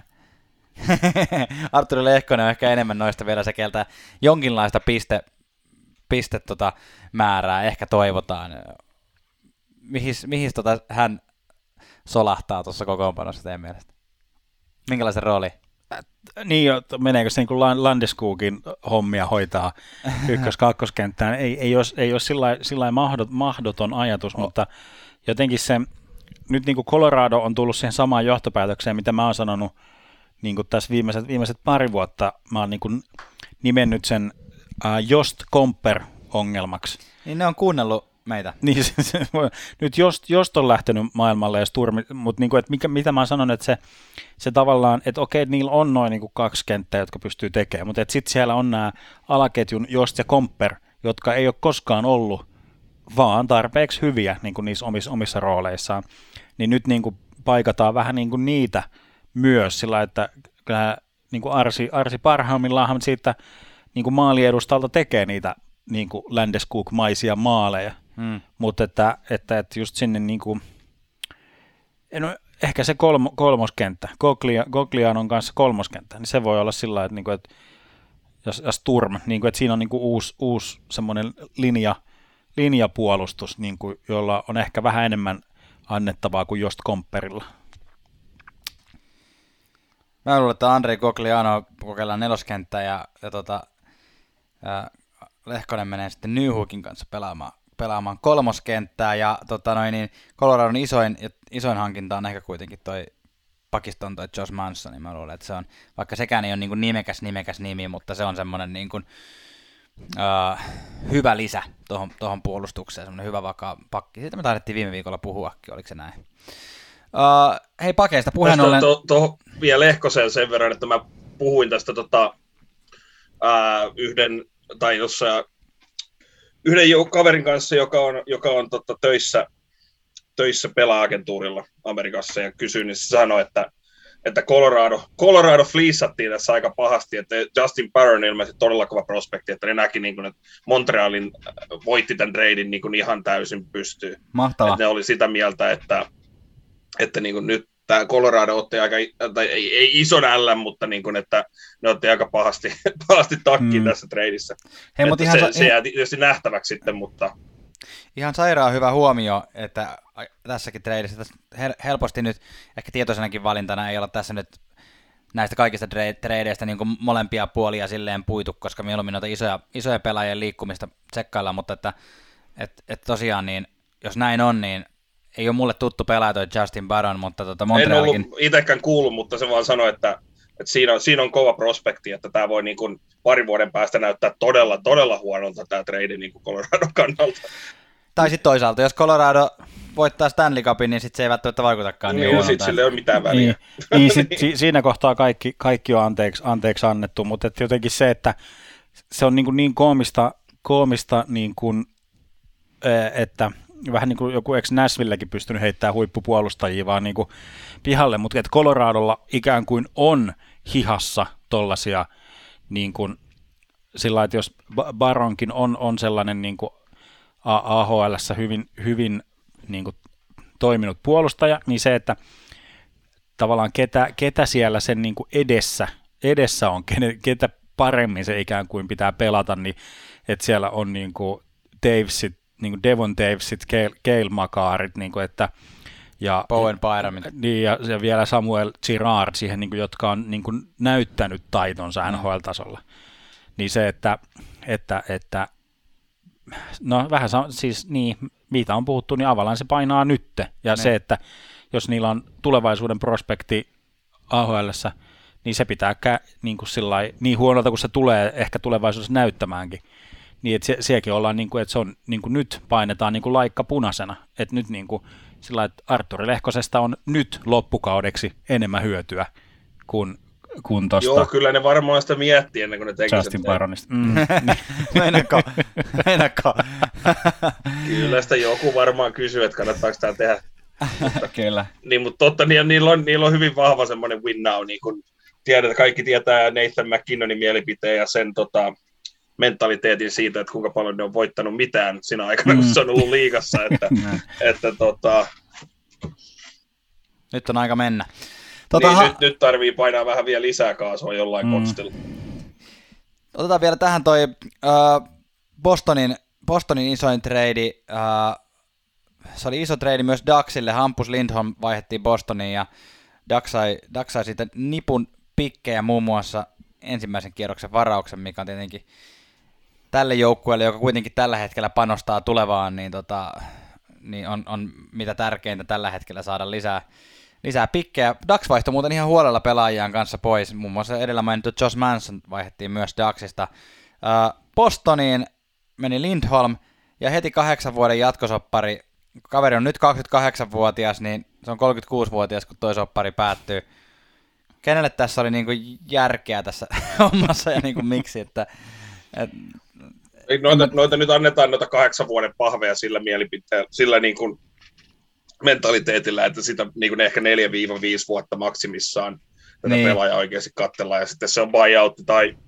Lehkonen on ehkä enemmän noista vielä se keltä jonkinlaista piste määrää ehkä toivotaan. Mihin hän solahtaa tuossa kokoonpanossa teidän mielestä? Minkälaisen rooli? Niin, meneekö se niin kuin Landeskogin hommia hoitaa ykkös-kakkoskenttään? Ei ole sillä mahdoton ajatus, mutta jotenkin se, nyt niin kuin Colorado on tullut siihen samaan johtopäätökseen, mitä mä oon sanonut niin kuin tässä viimeiset pari vuotta. Mä oon niin kuin nimennyt sen Jost Comper-ongelmaksi. Niin ne on kuunnellut meitä. Niin, nyt Jost on lähtenyt maailmalle ja Sturmi, mutta niin kuin, että mitä mä sanon, että se tavallaan, että okei, että niillä on noin niin kuin 2 kenttää, jotka pystyy tekemään, mutta sitten siellä on nämä alaketjun Jost ja Comper, jotka ei ole koskaan ollut vaan tarpeeksi hyviä niin kuin niissä omissa rooleissaan. Niin nyt niin kuin paikataan vähän niin kuin niitä myös sillä, että kyllä niin kuin Arsi parhaimmillaan siitä niin kuin maaliedustalta tekee niitä niin kuin Landeskog-maisia maaleja, mutta että just sinne niin kuin, ehkä se kolmoskenttä, Goglianon kanssa kolmoskenttä, niin se voi olla sillä lailla, että ja Sturm, niin kuin, että siinä on niin kuin uusi semmoinen linjapuolustus, niin kuin, jolla on ehkä vähän enemmän annettavaa kuin Jost Comperilla. Mä luulen, että Andrei Gogliano kokeillaan neloskenttää ja Lehkonen menee sitten Newhookin kanssa pelaamaan kolmoskenttää ja niin Coloradon isoin hankinta on ehkä kuitenkin toi pakiston toi Josh Manson, niin mä luulen, että se on, vaikka sekään ei ole niin kuin nimekäs nimi, mutta se on semmoinen niin kuin, hyvä lisä tuohon puolustukseen, semmoinen hyvä vakaa pakki. Siitä me taidettiin viime viikolla puhuakin, oliko se näin? Hei pakeista puheen ollen... Vielä Lehkoseen sen verran, että mä puhuin tästä yhden kaverin kanssa, joka on töissä pelaagentuurilla Amerikassa, ja kysyin, niin se sanoi, että Colorado fliissattiin tässä aika pahasti, että Justin Barron ilmeisesti todella kova prospekti, että ne näki, niin kuin, että Montrealin voitti tämän treidin niin kuin ihan täysin pystyy. Mahtavaa. Että ne oli sitä mieltä, että niin kuin nyt tämä Colorado otti aika, tai ei ison ällän, mutta niin kuin, että ne otti aika pahasti takkiin tässä treidissä. Hei, se jää tietysti nähtäväksi sitten, mutta... Ihan sairaan hyvä huomio, että tässäkin treidissä helposti nyt, ehkä tietoisenakin valintana ei olla tässä nyt näistä kaikista treideistä niin kuin molempia puolia silleen puitu, koska mieluummin noita isoja pelaajien liikkumista tsekkaillaan, mutta että tosiaan niin, jos näin on, niin ei ole mulle tuttu pelaaja toi Justin Barron, mutta Montrealkin... En ollut itsekään kuullut, mutta se vaan sanoi, että siinä on kova prospekti, että tämä voi niin kuin parin vuoden päästä näyttää todella, todella huonolta tämä trade niin kuin Coloradon kannalta. Tai sitten toisaalta, jos Colorado voittaa Stanley Cupin, niin sitten se ei välttämättä vaikutakaan niin huonolta. Sitten sille ei ole mitään väliä. Siinä kohtaa kaikki on anteeksi annettu, mutta jotenkin se, että se on niin koomista niin kuin, että vähän niin kuin joku eikö Nashvillekin pystynyt heittämään huippupuolustajia vaan niin kuin pihalle, mutta että Coloradolla ikään kuin on hihassa tollaisia niin kuin sillä, että jos Baronkin on sellainen niin kuin AHL:ssä hyvin niin kuin toiminut puolustaja, niin se, että tavallaan ketä siellä sen niin kuin edessä on, ketä paremmin se ikään kuin pitää pelata, niin että siellä on niin kuin Davesit, niin kuin Devon Davesit, Cale Makarit, niin kuin, että ja Bowen Byram. Niin, ja vielä Samuel Girard siihen, niin kuin, jotka on niin kuin näyttänyt taitonsa NHL-tasolla. Niin se, että no vähän siis niin, mitä on puhuttu, niin Avalanche painaa nytte. Ja se, että jos niillä on tulevaisuuden prospekti AHL:ssä, niin se pitää niin kuin sillai, niin huonolta kuin se tulee ehkä tulevaisuudessa näyttämäänkin. Niin, että sielläkin ollaan, niin kuin, että se on niin kuin nyt painetaan niin kuin laikka punaisena. Että nyt niin kuin sillä, että Artturi Lehkosesta on nyt loppukaudeksi enemmän hyötyä kuin tosta. Joo, kyllä ne varmaan sitä miettii ennen kuin ne tekee Justin Baronista. Meinakko? Kyllä sitä joku varmaan kysyy, että kannattaako tämä tehdä. Kyllä. Niin, mutta totta, niillä on hyvin vahva semmoinen win now, niin kuin kaikki tietää Nathan McKinnonin mielipiteen ja sen mentaliteetin siitä, että kuinka paljon ne on voittanut mitään siinä aikana, kun se on ollut liigassa, Nyt on aika mennä. Nyt tarvii painaa vähän vielä lisää kaasua jollain konstilla. Otetaan vielä tähän toi Bostonin isoin trade. Se oli iso trade myös Ducksille. Hampus Lindholm vaihdettiin Bostoniin ja Ducks sai siitä nipun pikkejä muun muassa ensimmäisen kierroksen varauksen, mikä on tietenkin tälle joukkueelle, joka kuitenkin tällä hetkellä panostaa tulevaan, niin on mitä tärkeintä tällä hetkellä saada lisää pikkejä. Ducks vaihtoi muuten ihan huolella pelaajiaan kanssa pois. Muun muassa edellä mainittu Josh Manson vaihdettiin myös Ducksista. Bostoniin meni Lindholm ja heti 8 vuoden jatkosoppari. Kaveri on nyt 28-vuotias, niin se on 36-vuotias, kun toi soppari päättyy. Kenelle tässä oli niinku järkeä tässä hommassa ja niinku miksi? Noita nyt annetaan noita 8 vuoden pahveja sillä mielipiteellä, sillä niin kuin mentaliteetillä, että sitä niin kuin ehkä 4-5 vuotta maksimissaan tätä pelaajaa oikeasti katsellaan, ja sitten se on buyout tai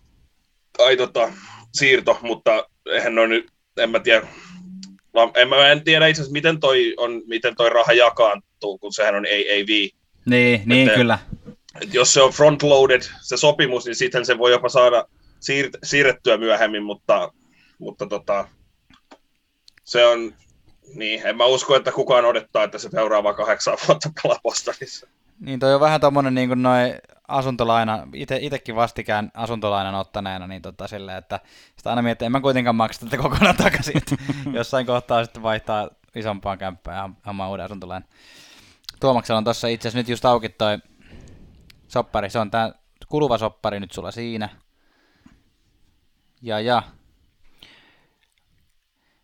siirto, mutta eihän on nyt, en mä tiedä, en tiedä itse asiassa, miten toi raha jakaantuu, kun sehän on AAV. Niin kyllä. Jos se on front-loaded, se sopimus, niin sitten se voi jopa saada siirrettyä myöhemmin, mutta se on, niin, en mä usko, että kukaan odottaa, että se seuraava 8 vuotta pelaa Bostonissa. Niin, toi on vähän tommonen niin kuin noi asuntolaina, itekin vastikään asuntolainan ottaneena, niin silleen, että sitä aina miettii, en mä kuitenkaan maksa tätä kokonaan takaisin, että jossain kohtaa sitten vaihtaa isompaan kämppään ja hammaa uuden asuntolainan. Tuomaksella on tossa itse asiassa nyt just auki toi soppari, se on tää kuluva soppari nyt sulla siinä. Ja.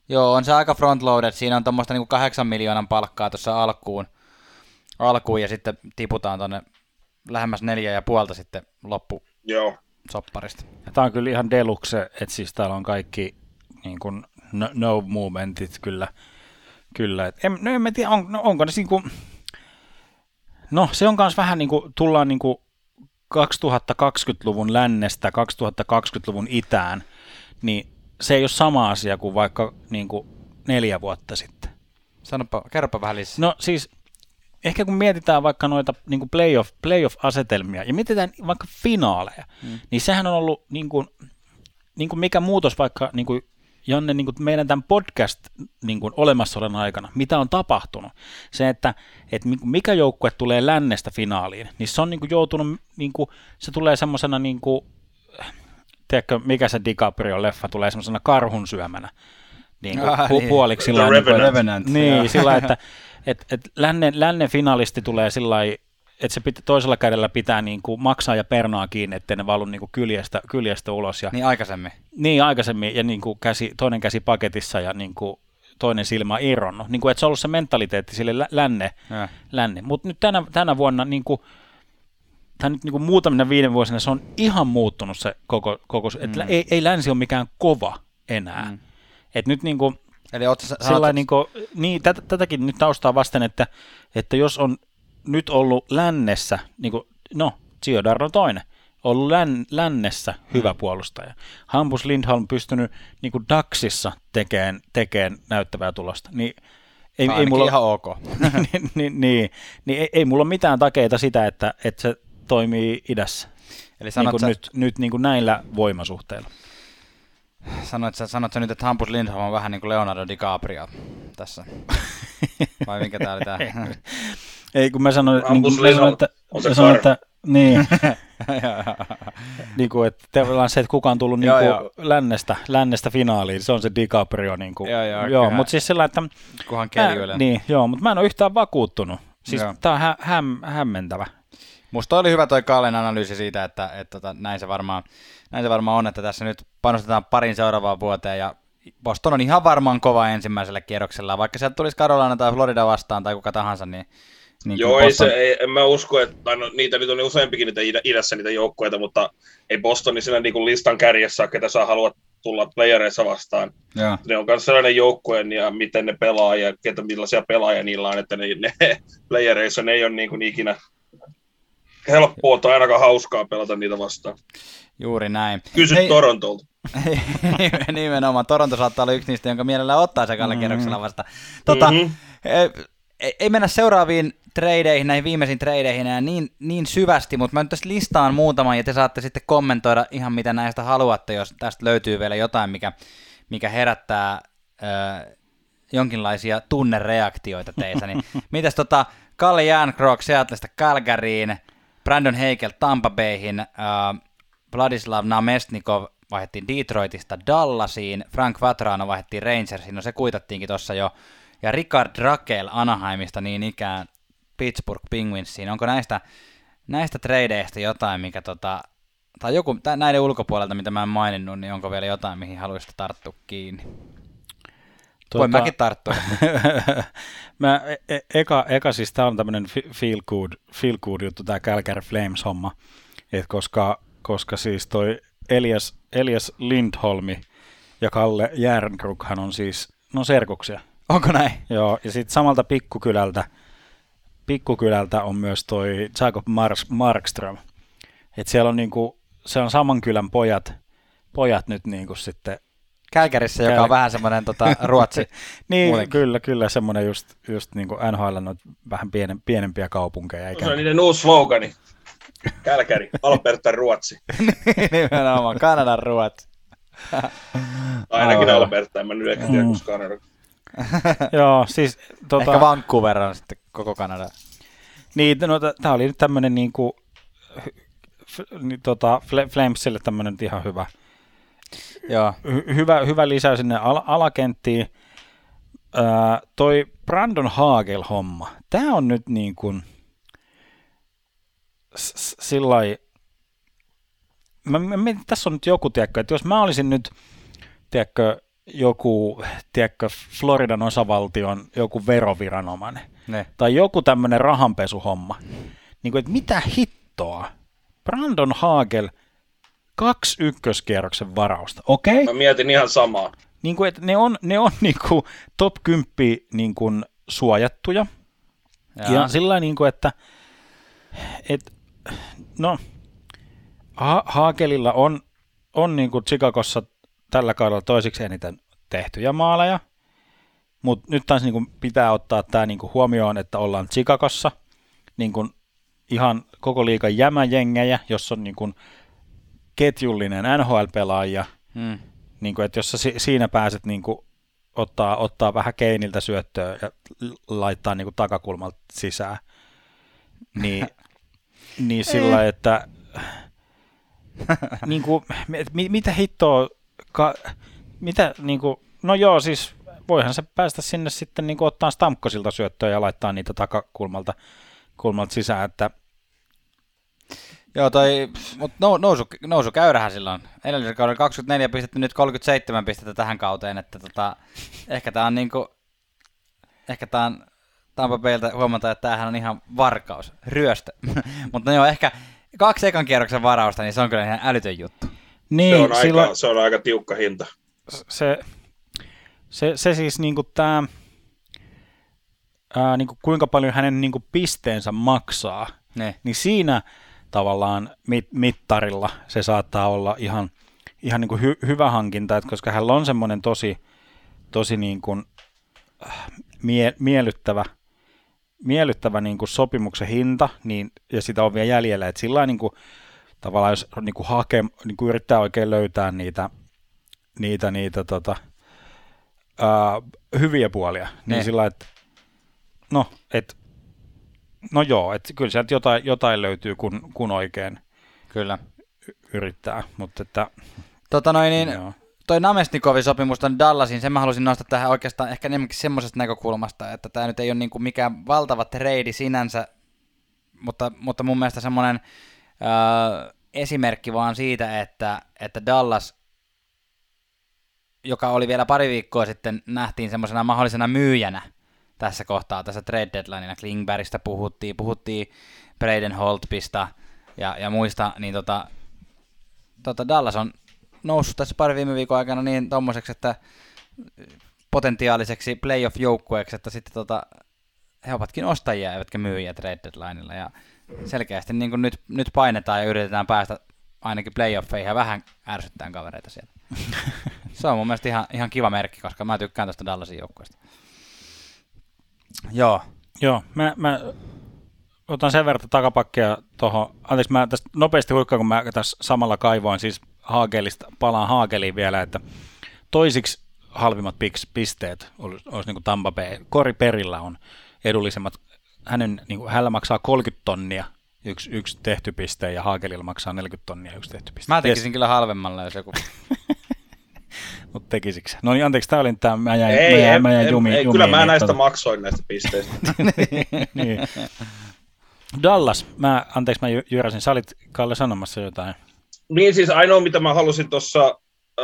Joo, on se aika frontloaded. Siinä on tuommoista niinku 8 miljoonan palkkaa tuossa alkuun ja sitten tiputaan tuonne lähemmäs 4,5 sitten loppusopparista. Tämä on kyllä ihan deluxe, että siis täällä on kaikki niin kuin no movementit kyllä. En mä tiedä, onko ne niinku, no se on myös vähän niin kuin, tullaan niin kuin 2020-luvun lännestä 2020-luvun itään, niin se ei ole sama asia kuin vaikka niin kuin 4 vuotta sitten. Kerropa vähän lisää. No siis, ehkä kun mietitään vaikka noita niin kuin playoff-asetelmia ja mietitään vaikka finaaleja, niin sehän on ollut niin kuin mikä muutos vaikka niin kuin Janne, niin kuin meidän tämän podcast niin kuin olemassaolon aikana, mitä on tapahtunut, se, että mikä joukkue tulee lännestä finaaliin, niin se on niin kuin joutunut, niin kuin, se tulee semmoisena, niin kuin, tiedätkö, mikä se DiCaprio-leffa tulee semmoisena karhun syömänä, niin kuin puoliksi sillä niin, sillä että lännen finalisti tulee sillä että se toisella kädellä pitää niin kuin maksaa ja pernaa kiinni, ettei ne valu niin kuin kyljestä ulos. Ja, niin aikaisemmin, ja niin kuin toinen käsi paketissa ja niin kuin toinen silmä irronnut. Niin kuin, että se on ollut se mentaliteetti sille länne. Mutta nyt tänä vuonna, niin kuin muutamina 5 vuosina, se on ihan muuttunut se koko että ei länsi ole mikään kova enää. Että nyt niin kuin, eli niin, tätäkin nyt taustaa vasten, että jos on nyt ollut lännessä, niin kuin, Giordano on toinen, ollut lännessä hyvä puolustaja. Hampus Lindholm pystynyt niin kuin Daxissa tekemään näyttävää tulosta. Niin, ei mulla ihan ok. ei mulla ole mitään takeita sitä, että se toimii idässä. Eli nyt niin kuin näillä voimasuhteilla. Sanoitko nyt, että Hampus Lindholm on vähän niin kuin Leonardo DiCaprio tässä? Vai minkä tää oli tää? Ei, kun mä sanoin, että niin, niin kuin, että tavallaan se, että kuka on tullut niin kuin lännestä finaaliin, se on se DiCaprio. Niin kuin, joo, mutta siis sillä, että kunhan kerjuilee. Niin, joo, mutta mä en ole yhtään vakuuttunut. Siis tää on hämmentävä. Musta oli hyvä toi Kallen analyysi siitä, että näin se varmaan on, että tässä nyt panostetaan parin seuraavaan vuoteen ja Boston on ihan varmaan kova ensimmäisellä kierroksella, vaikka sieltä tulisi Carolina tai Florida vastaan tai kuka tahansa, niin joo, en mä usko, että niitä nyt on useampikin niitä idässä niitä joukkueita, mutta ei Bostoni siinä niin listan kärjessä, ketä saa haluat tulla playereissa vastaan. Ja. Ne on myös sellainen joukkue ja miten ne pelaa ja millaisia pelaajia niillä on, että ne playereissa ne ei ole niin ikinä helppoa tai ainakaan hauskaa pelata niitä vastaan. Juuri näin. Kysy Torontolta. Nimenomaan. Toronto saattaa olla yksi niistä, jonka mielellään ottaa sekalla kierroksella vasta. Ei mennä seuraaviin treideihin, näihin viimeisiin treideihin enää niin syvästi, mutta mä nyt tästä listaan muutaman ja te saatte sitten kommentoida ihan mitä näistä haluatte, jos tästä löytyy vielä jotain, mikä herättää jonkinlaisia tunnereaktioita teissä. Niin, mitäs Kalle Järnkrok Seattleista Calgaryin, Brandon Heikel Tampa Bayhin, Vladislav Namestnikov vaihdettiin Detroitista Dallasiin, Frank Vatrano vaihdettiin Rangersiin, no se kuitattiinkin tuossa jo, ja Richard Rakell Anaheimista niin ikään Pittsburgh Penguinsiin. Onko näistä tradeista jotain, mikä tai joku näiden ulkopuolelta, mitä mä en maininnut, niin onko vielä jotain, mihin haluaisit tarttua kiinni? Voin mäkin tarttua. Eka siis tää on tämmönen feel good juttu, tää Calgary Flames homma, et koska siis toi Elias Lindholmi ja Kalle Järnkrukhan on siis serkuksia. Onko näin? Joo, ja sitten samalta pikkukylältä on myös toi Jacob Markström. Et siellä on niinku, se on saman kylän pojat nyt niinku sitten Calgaryssa, joka on vähän semmoinen Ruotsi. Niin, kyllä semmoinen just niinku NHL on vähän pienempiä kaupunkeja. Se on niiden uusi slogani. Calgary, Alberta, Ruotsi. Nimenomaan, Kanadan Ruotsi. Ainakin Alberta, en mä nyt ehkä tiedä, koska Kanada. Joo, siis ehkä Vancouver on sitten koko Kanada. Niin, no tää oli nyt tämmönen niinku Flamesille tämmönen ihan hyvä. Joo. Hyvä lisäys sinne alakenttiin. Toi Brandon Hagel-homma. Tää on nyt niin kuin sillai. Tässä on nyt joku, tiedätkö, että jos mä olisin nyt, tiedätkö, joku, tiedätkö, Floridan osavaltion joku veroviranomainen. Ne. Tai joku tämmöinen rahanpesuhomma. Niin kuin, että mitä hittoa? Brandon Hagel 2 ykköskierroksen varausta, okei? Okay? Mä mietin ihan samaa. Niin kuin, että ne on niin kuin top 10 niin kuin suojattuja. Ja sillä niin kuin, että no, Hagelilla on niin kuin Chicagossa tällä kaudella toisiksi eniten tehtyjä maaleja, mutta nyt taas niin kuin pitää ottaa tämä niin kuin huomioon, että ollaan Chicagossa niin kuin ihan koko liigan jämäjengejä, jossa on niin kuin ketjullinen NHL-pelaaja, niin kuin, että jos sä siinä pääset niin kuin ottaa vähän Keiniltä syöttöä ja laittaa niin kuin takakulmalta sisään, niin sillä että niin kuin, mitä hittoa, mitä niin kuin, no joo, siis voihan se päästä sinne sitten niin kuin ottaa Stamkosilta syöttöä ja laittaa niitä takakulmalta sisään, että joo, mutta nousukäyrähän silloin. Edellisen kauden 24 pistettä, nyt 37 pistettä tähän kauteen, että ehkä tämä on niinku, Tampa Bayltä huomata, että tämähän on ihan varkaus, ryöstö. Mutta no joo, ehkä 2 ekan kierroksen varausta, niin se on kyllä ihan älytön juttu. Niin, se on aika tiukka hinta. Se siis niinku tämä, niinku kuinka paljon hänen niinku pisteensä maksaa, niin siinä tavallaan mittarilla se saattaa olla ihan niin kuin hyvä hankinta, että koska hänellä on semmoinen tosi niin kuin miellyttävä niin kuin sopimuksen hinta, niin, ja sitä on vielä jäljellä, että sillä niin kuin, tavallaan jos niin kuin niin kuin yrittää oikein löytää niitä hyviä puolia, niin sillä että no joo, että kyllä sieltä jotain löytyy, kun oikein kyllä yrittää, mutta että toi Namestnikovin sopimus ton Dallasin, sen mä halusin nostaa tähän oikeastaan ehkä enemmänkin semmoisesta näkökulmasta, että tämä nyt ei ole niinku mikään valtava trade sinänsä, mutta mun mielestä semmoinen esimerkki vaan siitä, että Dallas, joka oli vielä pari viikkoa sitten, nähtiin semmoisena mahdollisena myyjänä tässä kohtaa, tässä trade deadlineina, Klingbergistä puhuttiin Braden Holtbysta ja muista, niin Dallas on noussut tässä pari viime viikon aikana niin tommoseksi, että potentiaaliseksi playoff-joukkueeksi, että sitten he ovatkin ostajia eivätkä myyjiä trade deadlineilla, ja selkeästi niin kuin nyt painetaan ja yritetään päästä ainakin playoffeihin ja vähän ärsyttää kavereita sieltä. Se on mun mielestä ihan kiva merkki, koska mä tykkään tuosta Dallasin joukkueesta. Joo, mä otan sen verran takapakkia tuohon, anteeksi mä tästä nopeasti huikkaan, kun mä tässä samalla kaivoin siis Hagelista, palaan Hageliin vielä, että toisiksi halvimmat pisteet olisi niin kuin Tampa Bay. Corey Perryllä on edullisemmat, hänellä maksaa 30 tonnia yksi tehty piste ja Hagelilla maksaa 40 tonnia yksi tehty piste. Mä tekisin kyllä halvemmalla, jos joku. Mutta tekisikö? No niin, anteeksi, tämä oli tämä, mä jäin jumiin. Kyllä mä näistä maksoin näistä pisteistä. niin. Dallas, mä jyräsin, sä olit Kalle sanomassa jotain. Niin siis ainoa, mitä mä halusin tuossa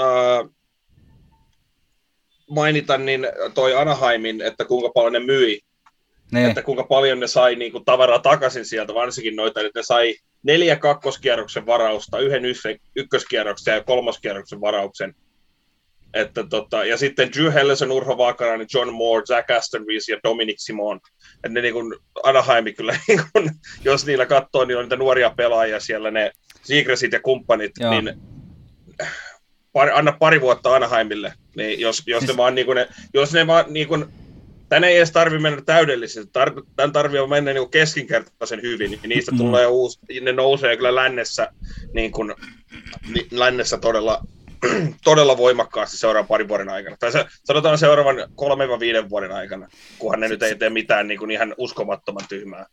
mainita, niin toi Anaheimin, että kuinka paljon ne myi. Ne. Että kuinka paljon ne sai niinku tavaraa takaisin sieltä, varsinkin noita, että ne sai 4 kakkoskierroksen varausta, 1 ykköskierroksen ja 3. kierroksen varauksen. Että ja sitten Drew Helleson, Urho Vaakanainen, John Moore, Zach Aston-Reese ja Dominic Simon. Että ne niin kuin Anaheim kyllä, niin kuin, jos niillä katsoo, niin on niitä nuoria pelaajia siellä, ne Seagressit ja kumppanit, niin anna pari vuotta Anaheimille. Niin jos ne vaan niin kuin, tän ei edes tarvitse mennä täydellisesti, tän tarvitsee mennä niin kuin keskinkertaisen hyvin, niin niistä tulee ne nousee kyllä lännessä, niin kuin, lännessä todella voimakkaasti seuraavan parin vuoden aikana. Tai sanotaan seuraavan 3-5 vuoden aikana, kunhan ne nyt ei tee mitään niin kuin ihan uskomattoman tyhmää.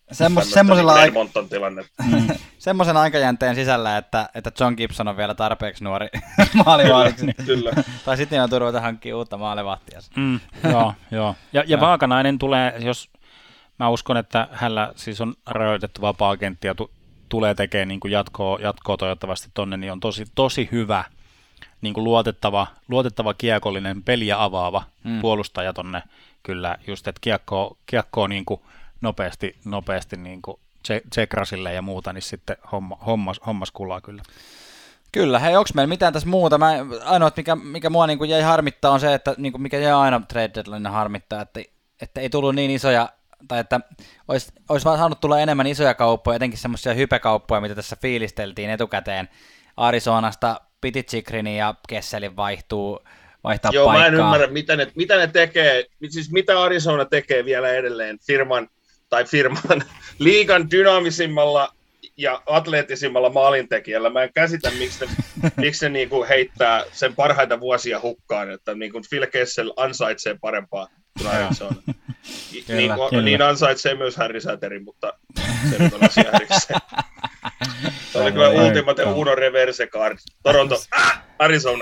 Semmoisen aikajänteen sisällä, että John Gibson on vielä tarpeeksi nuori maalivahdiksi. Kyllä. Tai sitten joutuu ruveta hankkia uutta maalivahtia. Joo. Ja Vaakanainen tulee, jos mä uskon, että hänellä siis on rajoitettu vapaa-agentti ja tulee tekemään niin kuin jatkoa toivottavasti tonne, niin on tosi hyvä niin kuin luotettava kiekollinen peliä avaava puolustaja tonne kyllä just, että kiekkoa niin kuin nopeasti niin kuin Tsekrasille ja muuta, niin sitten hommas kulaa kyllä. Kyllä, hei, onko meillä mitään tässä muuta? Ainoa, mikä mua niin kuin jäi harmittaa, on se, että niin kuin mikä jäi aina trade deadline harmittaa, että ei tullut niin isoja, tai että olisi vaan saanut tulla enemmän isoja kauppoja, etenkin semmoisia hypekauppoja, mitä tässä fiilisteltiin etukäteen. Arizonasta Piti Chikrini ja Kesselin vaihtaa paikkaa. Joo, mä en ymmärrä, mitä ne tekee, siis mitä Arizona tekee vielä edelleen firman liigan dynaamisimmalla ja atleettisimmalla maalintekijällä. Mä en käsitä, miksi ne niinku heittää sen parhaita vuosia hukkaan, että niinku Phil Kessel ansaitsee parempaa kuin Arizona. Niin ansaitsee myös Harry Säteri, mutta se nyt on asia erikseen. Se oli kyllä ultimate uno reverse card. Toronto, Arizona.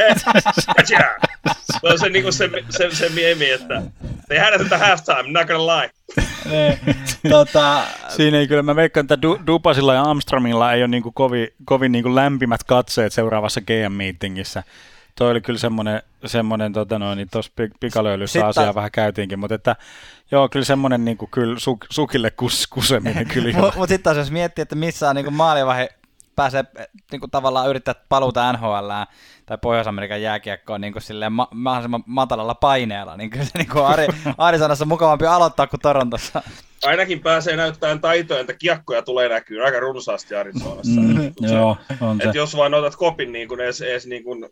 Se on se miemi, että they had us at the halftime, not gonna lie. Siinä ei kyllä, mä veikkaan, että Dupasilla ja Armstrongilla ei ole niinku kovin niinku lämpimät katseet seuraavassa GM-meetingissä. Toi oli kyllä semmoinen tuossa pikalöylyssä asiaa vähän käytiinkin, mutta että joo, kyllä semmoinen niinku kyllä sukille kuseminen kyllä joo. Mutta sitten taas jos miettii, että missä on niinku maalivaihe pääsee niinku tavallaan yrittää paluuta NHL:ään tai Pohjois-Amerikan jääkiekkoon niinku silleen mahdollisimman matalalla paineella, niin kyllä se niinku Arizonassa mukavampi aloittaa kuin Torontossa. Ainakin pääsee näyttämään taitoja, että kiekkoja tulee näkyy aika runsaasti Arizonassa. Joo, on se. Et jos vaan otat kopin niin kuin edes niin kuin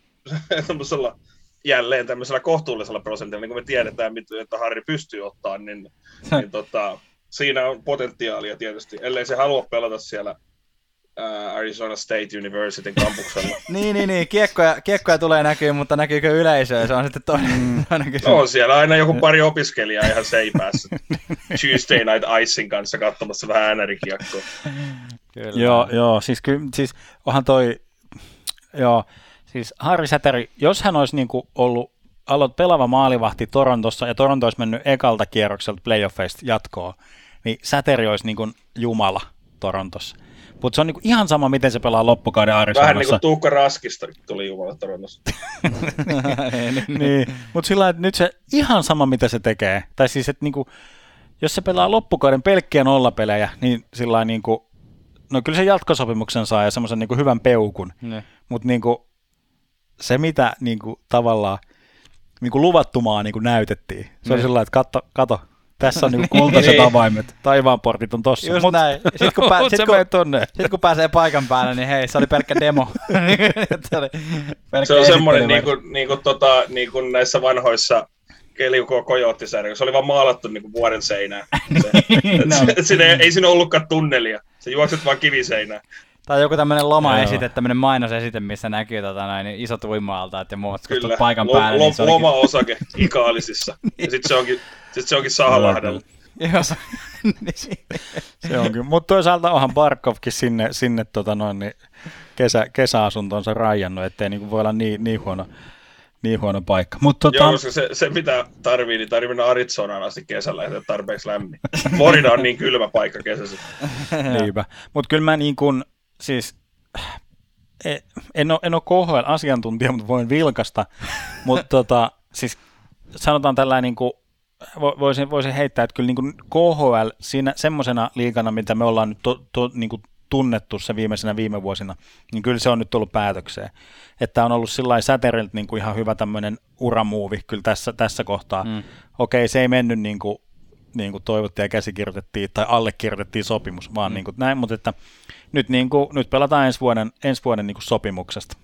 jälleen tämmöisellä kohtuullisella prosentilla, niin kuin me tiedetään, että Harri pystyy ottaa, niin siinä on potentiaalia tietysti, ellei se halua pelata siellä Arizona State Universityn kampuksella. niin. Kiekkoja tulee näkyy, mutta näkyykö yleisöä? Se on sitten toinen kysymys. No, siellä aina joku pari opiskelijaa ihan seipäässä Tuesday Night Icing kanssa katsomassa vähän äänärikiekkoa. Joo, siis onhan toi, joo, siis Harri Säteri, jos hän olisi niinku ollut pelaava maalivahti Torontossa ja Toronto olisi mennyt ekalta kierrokselta playoffeista jatkoon, niin Säteri olisi niinku jumala Torontossa. Mutta se on niinku ihan sama, miten se pelaa loppukauden Arizonassa. Vähän niin kuin Tuukka Raskista tuli jumala Torontossa. niin, mutta sillä että nyt se ihan sama, mitä se tekee. Tai siis, että niinku, jos se pelaa loppukauden pelkkiä nollapelejä, niin sillä niinku, no kyllä se jatkosopimuksen saa ja semmoisen niinku hyvän peukun. Mutta niinku, se, mitä niinku, tavallaan niinku luvattumaa niinku näytettiin, se oli sellainen, että tässä on niinku kultaiset avaimet, taivaanportit on tossa. Just näin. Sitten kun pääsee paikan päälle, niin hei, se oli pelkkä demo. Se on semmoinen niin kuin näissä vanhoissa Keliuko Coyote-sarjoissa, se oli vaan maalattu niin kuin vuoden seinään. Ei siinä ollutkaan tunnelia, se juokset vaan kiviseinään. Tai joku tämmöinen lomaesite, tämmöinen mainosesite, missä näkyy niin isot uima-altaat ja muut, kun tulet paikan päälle. Niin loma-osake Ikaalisissa, ja sitten se onkin Sahalahdella. Se onkin, mutta toisaalta onhan Barkovkin sinne niin kesäasuntonsa rajannut, ettei niinku voi olla niin huono paikka. Joo, koska se mitä tarvii, niin tarvii mennä Arizonaan asti kesällä, että tarpeeksi lämmin. Florida on niin kylmä paikka kesässä. Niinpä, mutta kyllä mä niin kuin, siis en ole KHL-asiantuntija, mutta voin vilkasta, mutta siis sanotaan tällainen niin kuin, voisin heittää, että kyllä niin kuin KHL siinä semmoisena liigana, mitä me ollaan nyt niin kuin tunnettu se viime vuosina, niin kyllä se on nyt tullut päätökseen. Että on ollut sillain Säteriltä niin kuin ihan hyvä tämmöinen uramuovi kyllä tässä kohtaa. Okei, se ei mennyt niin kuin toivottiin ja käsikirjoitettiin tai allekirjoitettiin sopimus, vaan niin kuin näin, mutta että nyt pelataan ensi vuoden niin kuin sopimuksesta.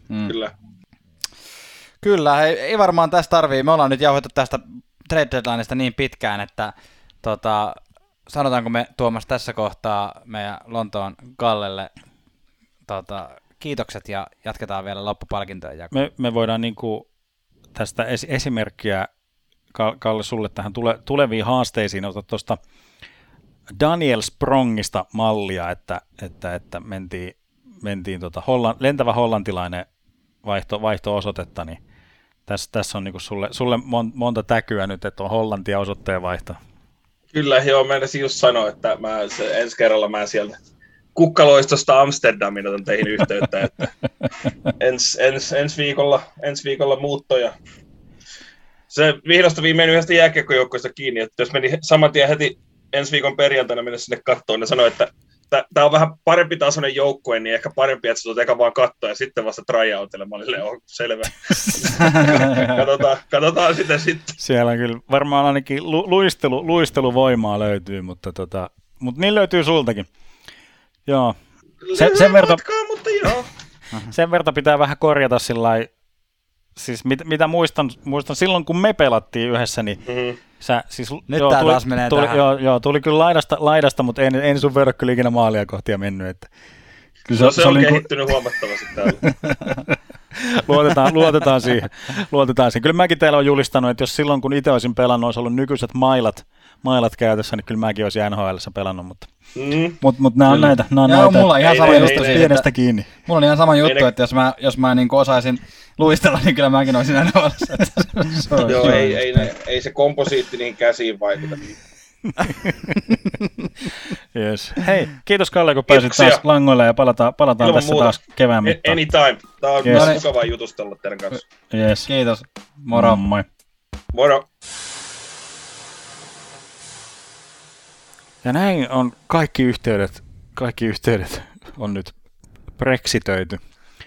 Kyllä, ei varmaan tästä tarvii. Me ollaan nyt jauhettu tästä trade deadlineista niin pitkään, että sanotaanko me Tuomas tässä kohtaa meidän Lontoon Kallelle kiitokset ja jatketaan vielä loppupalkintojen jakoon. Me voidaan niin kuin tästä esimerkkiä, Kalle, sulle tähän tuleviin haasteisiin ottaa tuosta Daniel Sprongista mallia, että mentiin lentävä hollantilainen vaihto-osoitetta, niin tässä on niin kuin sulle monta täkyä nyt, että on Hollantia osoitteen vaihto. Kyllä, joo, mä ensin just sanoa, että ensi kerralla mä sieltä kukkaloistosta Amsterdamin otan teihin yhteyttä, että ensi viikolla muuttoja. Se vihdosta viimein yhdestä jääkiekkojoukkoista kiinni, että jos meni saman tien heti ensi viikon perjantaina mennä sinne kattoon, ne sanoi, että tämä on vähän parempi tasoinen joukkue, niin ehkä parempi, että sä tulet eka vaan katsoa ja sitten vasta tryoutille. Mä olin selvä. katsotaan sitä sitten. Siellä kyllä varmaan ainakin luisteluvoimaa löytyy, mutta niin löytyy sultakin. Joo. Sen verran pitää vähän korjata sillai. Siis mitä muistan silloin, kun me pelattiin yhdessä, niin nyt tää taas menee tähän. Tuli kyllä laidasta, mutta en sun verran kyllä ikinä maalia kohtia mennyt. Että kyllä se on kehittynyt huomattavasti täällä. Luotetaan siihen. Kyllä mäkin teillä on julistanut, että jos silloin, kun itse olisin pelannut, olisi ollut nykyiset mailat käytössä, niin kyllä mäkin olisin NHL:ssä pelannut, mutta nämä on näitä. Mulla on ihan sama juttu pienestä kiinni. Mulla on ihan sama juttu, että jos mä niin osaisin luistella, niin kyllä mäkin olisin NHL:ssä. Joo, ei se komposiitti niihin käsiin vaikuta. Yes. Hei, kiitos Kalle, kun pääsit taas langoille ja palataan tässä taas kevään mittaan. Anytime. Tämä on mukavaa jutustella teidän kanssa. Yes. Kiitos. Moro. Moi. Moro. Ja näin on kaikki yhteydet on nyt brexitöity.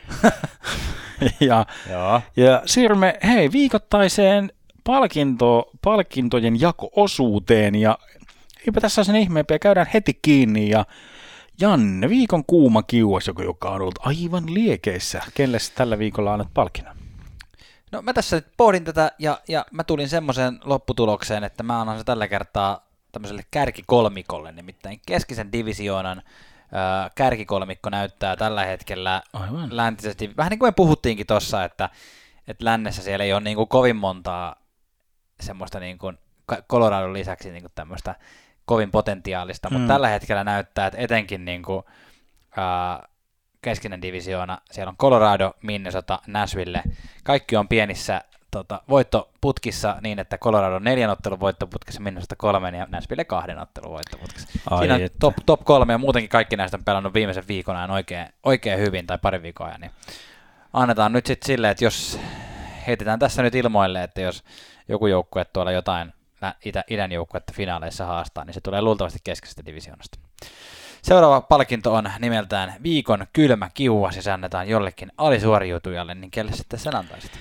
ja siirrymme viikoittaiseen palkintojen jako-osuuteen ja eipä tässä sen ihmeempiä, käydään heti kiinni ja Janne, viikon kuuma kiuas, joka on ollut aivan liekeissä. Kelle tällä viikolla annat palkinnon? No mä tässä nyt pohdin tätä ja mä tulin semmoiseen lopputulokseen, että mä annan se tällä kertaa tämmöiselle kärkikolmikolle, nimittäin keskisen divisioonan kärkikolmikko näyttää tällä hetkellä läntisesti, vähän niin kuin me puhuttiinkin tuossa, että lännessä siellä ei ole niin kuin kovin montaa semmoista niin kuin Coloradon lisäksi niin kuin tämmöistä kovin potentiaalista, mutta tällä hetkellä näyttää, että etenkin niin kuin, keskinen divisioona, siellä on Colorado, Minnesota, Nashville, kaikki on pienissä voittoputkissa niin, että Colorado 4 ottelun voittoputkissa, Minnesota 3 ja Nashville 2 ottelun voittoputkissa. Siinä on top 3 ja muutenkin kaikki näistä on pelannut viimeisen viikon ajan oikein hyvin tai parin viikon ajan, niin annetaan nyt sitten silleen, että jos heitetään tässä nyt ilmoille, että jos joku joukkue tuolla jotain idän joukkuetta finaaleissa haastaa, niin se tulee luultavasti keskeisestä divisioonasta. Seuraava palkinto on nimeltään viikon kylmä kiuas ja se annetaan jollekin alisuoriutujalle, niin kelle sitten sen antaisit?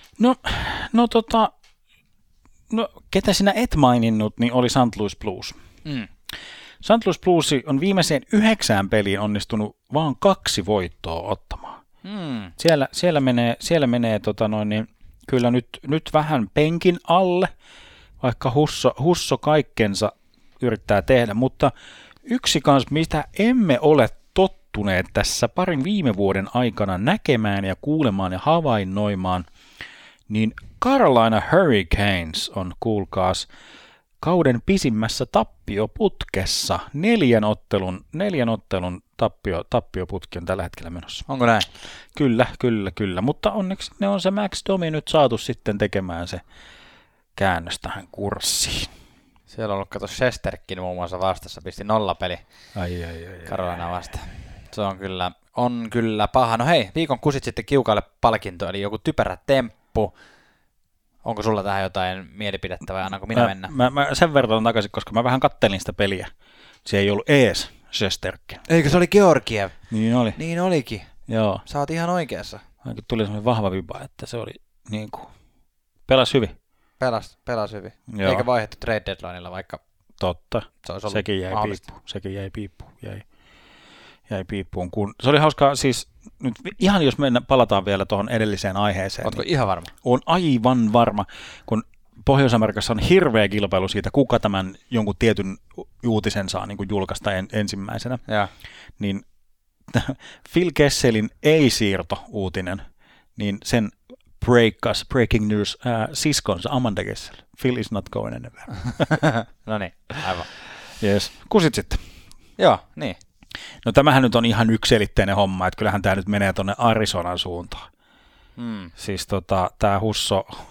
No, ketä sinä et maininnut, niin oli St. Louis Blues. St. Louis Blues on viimeiseen 9 peliin onnistunut vaan 2 voittoa ottamaan. Siellä menee niin kyllä nyt vähän penkin alle, vaikka Husso kaikkensa yrittää tehdä, mutta yksi kanssa, mitä emme ole tottuneet tässä parin viime vuoden aikana näkemään ja kuulemaan ja havainnoimaan, niin Carolina Hurricanes on, kuulkaas, kauden pisimmässä tappioputkessa. 4 ottelun tappioputki on tällä hetkellä menossa. Onko näin? Kyllä. Mutta onneksi ne on se Max Domi nyt saatu sitten tekemään se käännös tähän kurssiin. Siellä on ollut, kato, Shesterkin muun muassa vastassa, pisti 0 peli Carolina vasta. Se on kyllä paha. No hei, viikon kusit sitten kiukaille palkinto, eli joku typerä temppu. Onko sulla tähän jotain mielipidettä vai annanko minä mennä? Mä sen verran takaisin, koska mä vähän kattelin sitä peliä. Se ei ollut ees Shesterkin. Eikö se oli Georgiev? Niin oli. Niin olikin. Joo. Sä oot ihan oikeassa. Tuli semmoinen vahva viba, että se oli niin kuin, pelasi hyvin. Pelas hyvin. Joo. Eikä vaihdettu trade deadlineilla, vaikka totta. Se Sekin jäi piippuun. Se oli hauskaa, siis nyt ihan jos palataan vielä tuohon edelliseen aiheeseen. Ootko ihan varma? On aivan varma, kun Pohjois-Amerikassa on hirveä kilpailu siitä, kuka tämän jonkun tietyn uutisen saa niin kuin julkaista ensimmäisenä. Ja. Niin Phil Kesselin ei-siirto-uutinen, niin sen breaking news siskonsa Amanda Kessel. Phil is not going anywhere. No niin, aivan. Yes. Kusit sitten. Joo, niin. No tämähän nyt on ihan yksiselitteinen homma, että kyllähän tämä nyt menee tuonne Arizonan suuntaan. Siis tämä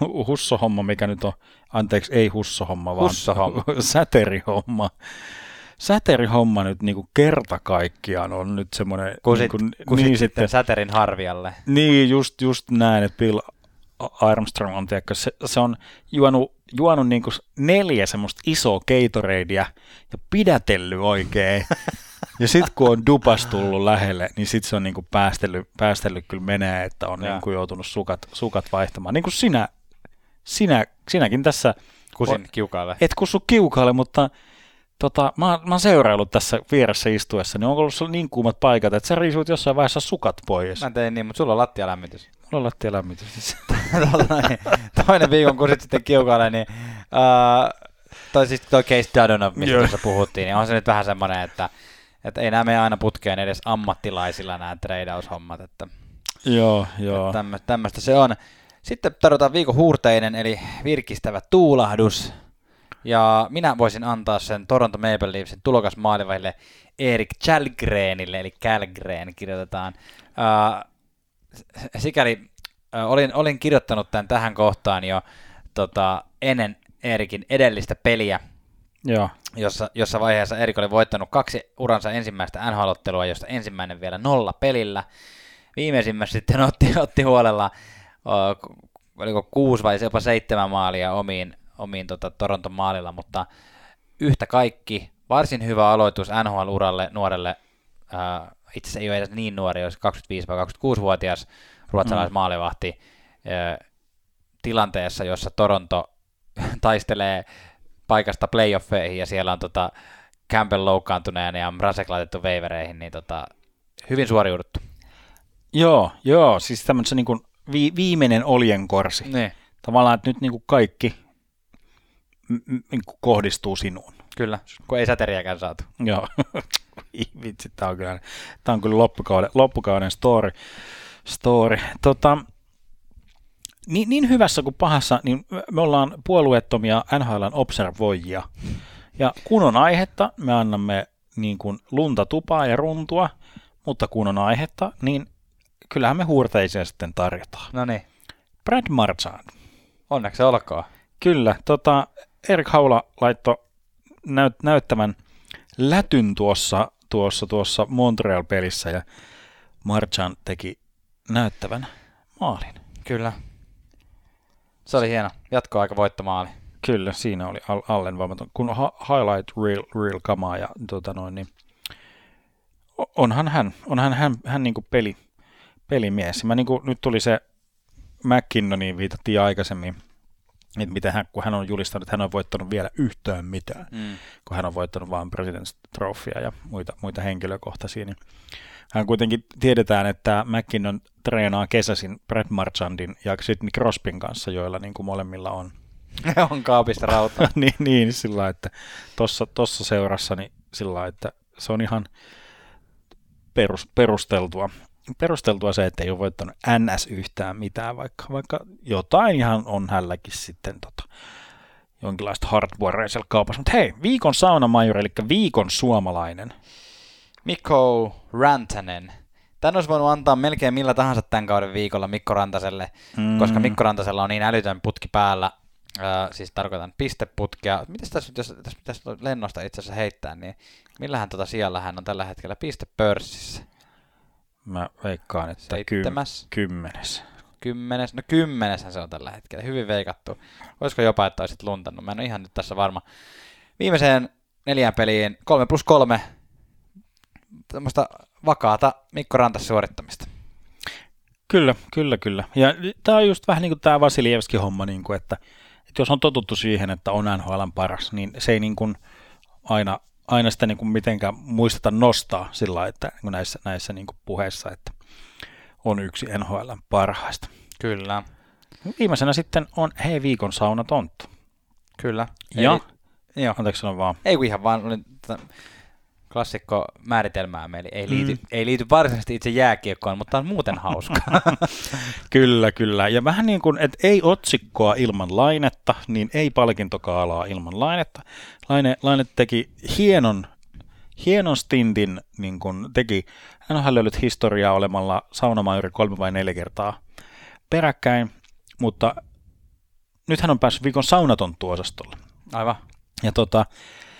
Husso-homma, mikä nyt on, anteeksi, ei Husso-homma, vaan Husso-homma. Säteri-homma. säterihomma nyt niinku kerta kaikkiaan on nyt semmoinen... Kusit sitten säterin harvialle. Niin, just näin, että Bill Armstrong on, tiedätkö, se on juonut niinku 4 semmoista isoa Gatoradea ja pidätellyt oikein. Ja sitten kun on dupas tullut lähelle, niin sitten se on niinku päästellyt kyllä menee, että on niinku joutunut sukat vaihtamaan. Niin kuin sinäkin tässä... Kusin kiukaalle. Et kusu kiukaalle, mutta mä oon seuraillut tässä vieressä istuessa, niin onko ollut niin kuumat paikat, että sä riisuit jossain vaiheessa sukat pois. Mä tein niin, mutta sulla on lattialämmitys. Mulla on lattialämmitys. Toinen viikon kusit sitten kiukaalle, niin toi Case Dadonov, mistä tuossa puhuttiin, niin on se nyt vähän semmoinen, että ei nämä mene aina putkeen edes ammattilaisilla nämä treidaushommat. Että joo. Tämmöistä se on. Sitten tarvitaan viikon huurteinen, eli virkistävä tuulahdus. Ja minä voisin antaa sen Toronto Maple Leafsin tulokasmaalivahille Erik Källgrenille, eli Källgren kirjoitetaan. Sikäli olin kirjoittanut tämän tähän kohtaan jo ennen Erikin edellistä peliä, jossa vaiheessa Erik oli voittanut 2 uransa ensimmäistä NHL-ottelua, josta ensimmäinen vielä 0 pelillä. Viimeisimmässä sitten otti huolella oliko 6 vai jopa 7 maalia omiin Toronton maalilla, mutta yhtä kaikki varsin hyvä aloitus NHL-uralle nuorelle, itse asiassa ei ole edes niin nuori, jos 25 vai 26-vuotias ruotsalaismaalivahti tilanteessa, jossa Toronto taistelee paikasta playoffeihin ja siellä on Campbell loukkaantuneena ja Mrazek laitettu waivereihin, niin hyvin suoriuduttu. Joo, siis tämmöisen niin kuin viimeinen oljenkorsi. Ne. Tavallaan, että nyt niin kuin kaikki kohdistuu sinuun. Kyllä, kun ei säteriäkään saatu. Joo, vitsi, tämä on kyllä loppukauden story. Niin hyvässä kuin pahassa, niin me ollaan puolueettomia NHL:n observoijia. Ja kun on aihetta, me annamme niin kuin lunta, tupaa ja runtua, mutta kun on aihetta, niin kyllähän me huurteisia sitten tarjotaan. No niin. Brad Marchand. Onneksi olkoon. Kyllä, Erik Haula laittoi näyttävän lätyn tuossa Montreal-pelissä ja Marchand teki näyttävän maalin. Kyllä. Se oli hieno. Jatkoaika voittomaali. Kyllä, siinä oli allen vammaton. Kun highlight real kamaa ja niin onhan hän niin kuin pelimies. Mä niin kuin, nyt tuli se McKinnoniin viitattiin aikaisemmin, että miten kun hän on julistanut, että hän on voittanut vielä yhtään mitään, kun hän on voittanut vain President's Trophya ja muita henkilökohtaisia, niin hän kuitenkin tiedetään, että McKinnon treenaa kesäisin Brad Marchandin ja Sidney Crosbyn kanssa, joilla niin kuin molemmilla on kaapista rautaa. niin sillä lailla, että tossa seurassa niin sillä lailla, että se on ihan perusteltua se, että ei ole voittanut NS yhtään mitään, vaikka jotain ihan on hänelläkin sitten jonkinlaista hardwarea siellä kaupassa. Mutta hei, viikon saunamajuri, eli viikon suomalainen. Mikko Rantanen. Tän olisi voinut antaa melkein millä tahansa tämän kauden viikolla Mikko Rantaselle, koska Mikko Rantasella on niin älytön putki päällä, siis tarkoitan pisteputkea. Mites tässä nyt, jos tässä pitäisi lennosta itse asiassa heittää, niin millähän siellä hän on tällä hetkellä pistepörssissä? Mä veikkaan, että 10. No 10 se on tällä hetkellä. Hyvin veikattu. Olisiko jopa, että olisit luntannut? Mä en ole ihan nyt tässä varma. Viimeiseen 4 peliin 3+3. Tämmöistä vakaata Mikko Rantas suorittamista. Kyllä. Ja tää on just vähän niin kuin tää Vasiljevski homma, niin kuin, että jos on totuttu siihen, että on NHL:n paras, niin se ei niin kuin aina sitä niin kuin mitenkään muisteta nostaa sillä lailla, että näissä niin kuin puheissa, että on yksi NHL:n parhaista. Kyllä. Viimeisenä sitten on viikon saunatonttu. Kyllä. Ja, anteeksi sanon vaan. Ei kun ihan vaan, klassikko määritelmää meille. Ei liity varsinaisesti itse jääkiekkoon, mutta on muuten hauskaa. Kyllä. Ja vähän niin kuin, että ei otsikkoa ilman Lainetta, niin ei palkintokaalaa ilman Lainetta. Laine teki hienon stintin, niin kuin teki NHL-löylyt historiaa olemalla saunamajuri 3 vai 4 kertaa peräkkäin, mutta nyt hän on päässyt viikon saunatonttu-osastolle. Aivan. Ja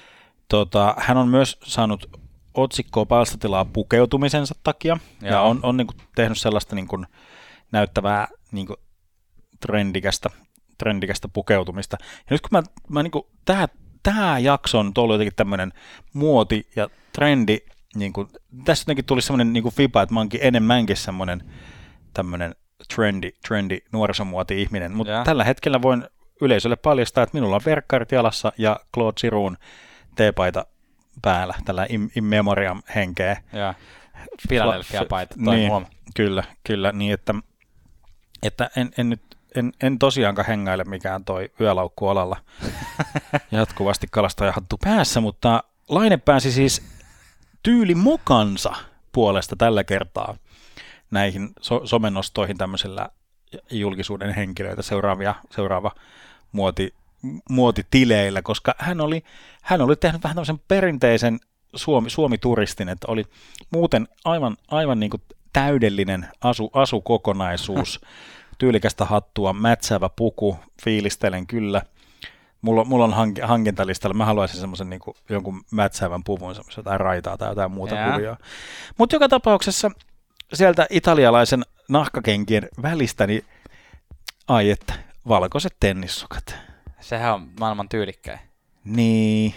hän on myös saanut otsikkoa palstatilaa pukeutumisensa takia, ja on niin kuin tehnyt sellaista niin kuin näyttävää niin kuin trendikästä pukeutumista. Ja nyt kun mä niin kuin tähän jakson on ollut jotenkin tämmöinen muoti ja trendi, niin kuin, tässä jotenkin tuli semmoinen niin kuin fiba, että mä oonkin enemmänkin semmoinen tämmöinen trendi nuorisomuoti-ihminen, mutta tällä hetkellä voin yleisölle paljastaa, että minulla on verkkarit jalassa ja Claude Giroux teepaita päällä, tällä in memoriam henkeä. Ja Philadelphia-paita, niin, kyllä, niin että en tosiaankaan hengaile mikään toi yölaukku alalla jatkuvasti kalastajahattu päässä, mutta Laine pääsi siis tyylimokansa puolesta tällä kertaa näihin somenostoihin tämmöisellä julkisuuden henkilöitä seuraava muotitileillä, koska hän oli tehnyt vähän tämmöisen perinteisen Suomi-turistin, että oli muuten aivan niin kuin täydellinen asukokonaisuus, tyylikästä hattua, mätsäävä puku, fiilistelen kyllä. Mulla on hankintalistalla, mä haluaisin semmoisen niin kuin jonkun mätsäävän puvun, semmoisen jotain raitaa tai jotain muuta kuvia. Mutta joka tapauksessa sieltä italialaisen nahkakenkien välistä, niin että valkoiset tennissukat. Sehän on maailman tyylikkäin. Niin.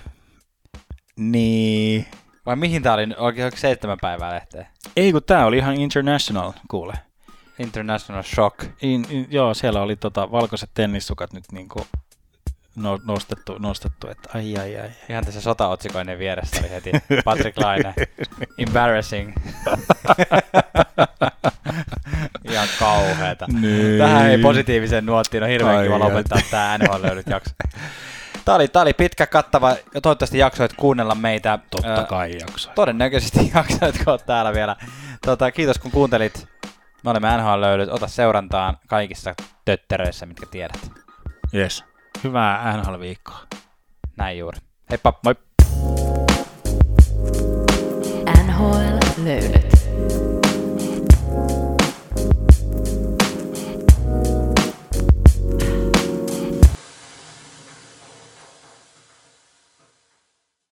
Vai mihin tää oli? Oikein 7 päivää lehteä? Ei, kun tää oli ihan international, kuule. International shock. Joo, siellä oli valkoiset tennissukat nyt niinku nostettu, että ai. Ihan tässä sotaotsikoinen vieressä oli heti Patrick Laine. Embarrassing. Ihan kauheeta. Niin. Tähän ei positiiviseen nuottiin, on hirveän kiva lopettaa tää NHL-löydyt jakso. Tää oli pitkä, kattava, ja toivottavasti jaksoit kuunnella meitä. Totta kai jaksoit. Todennäköisesti jaksoit, kun oot täällä vielä. Kiitos kun kuuntelit. Me olemme NHL-löydyt. Ota seurantaan kaikissa tötteröissä, mitkä tiedät. Yes. Hyvää NHL-viikkoa. Näin juuri. Heippa. Moi. NHL-löydyt.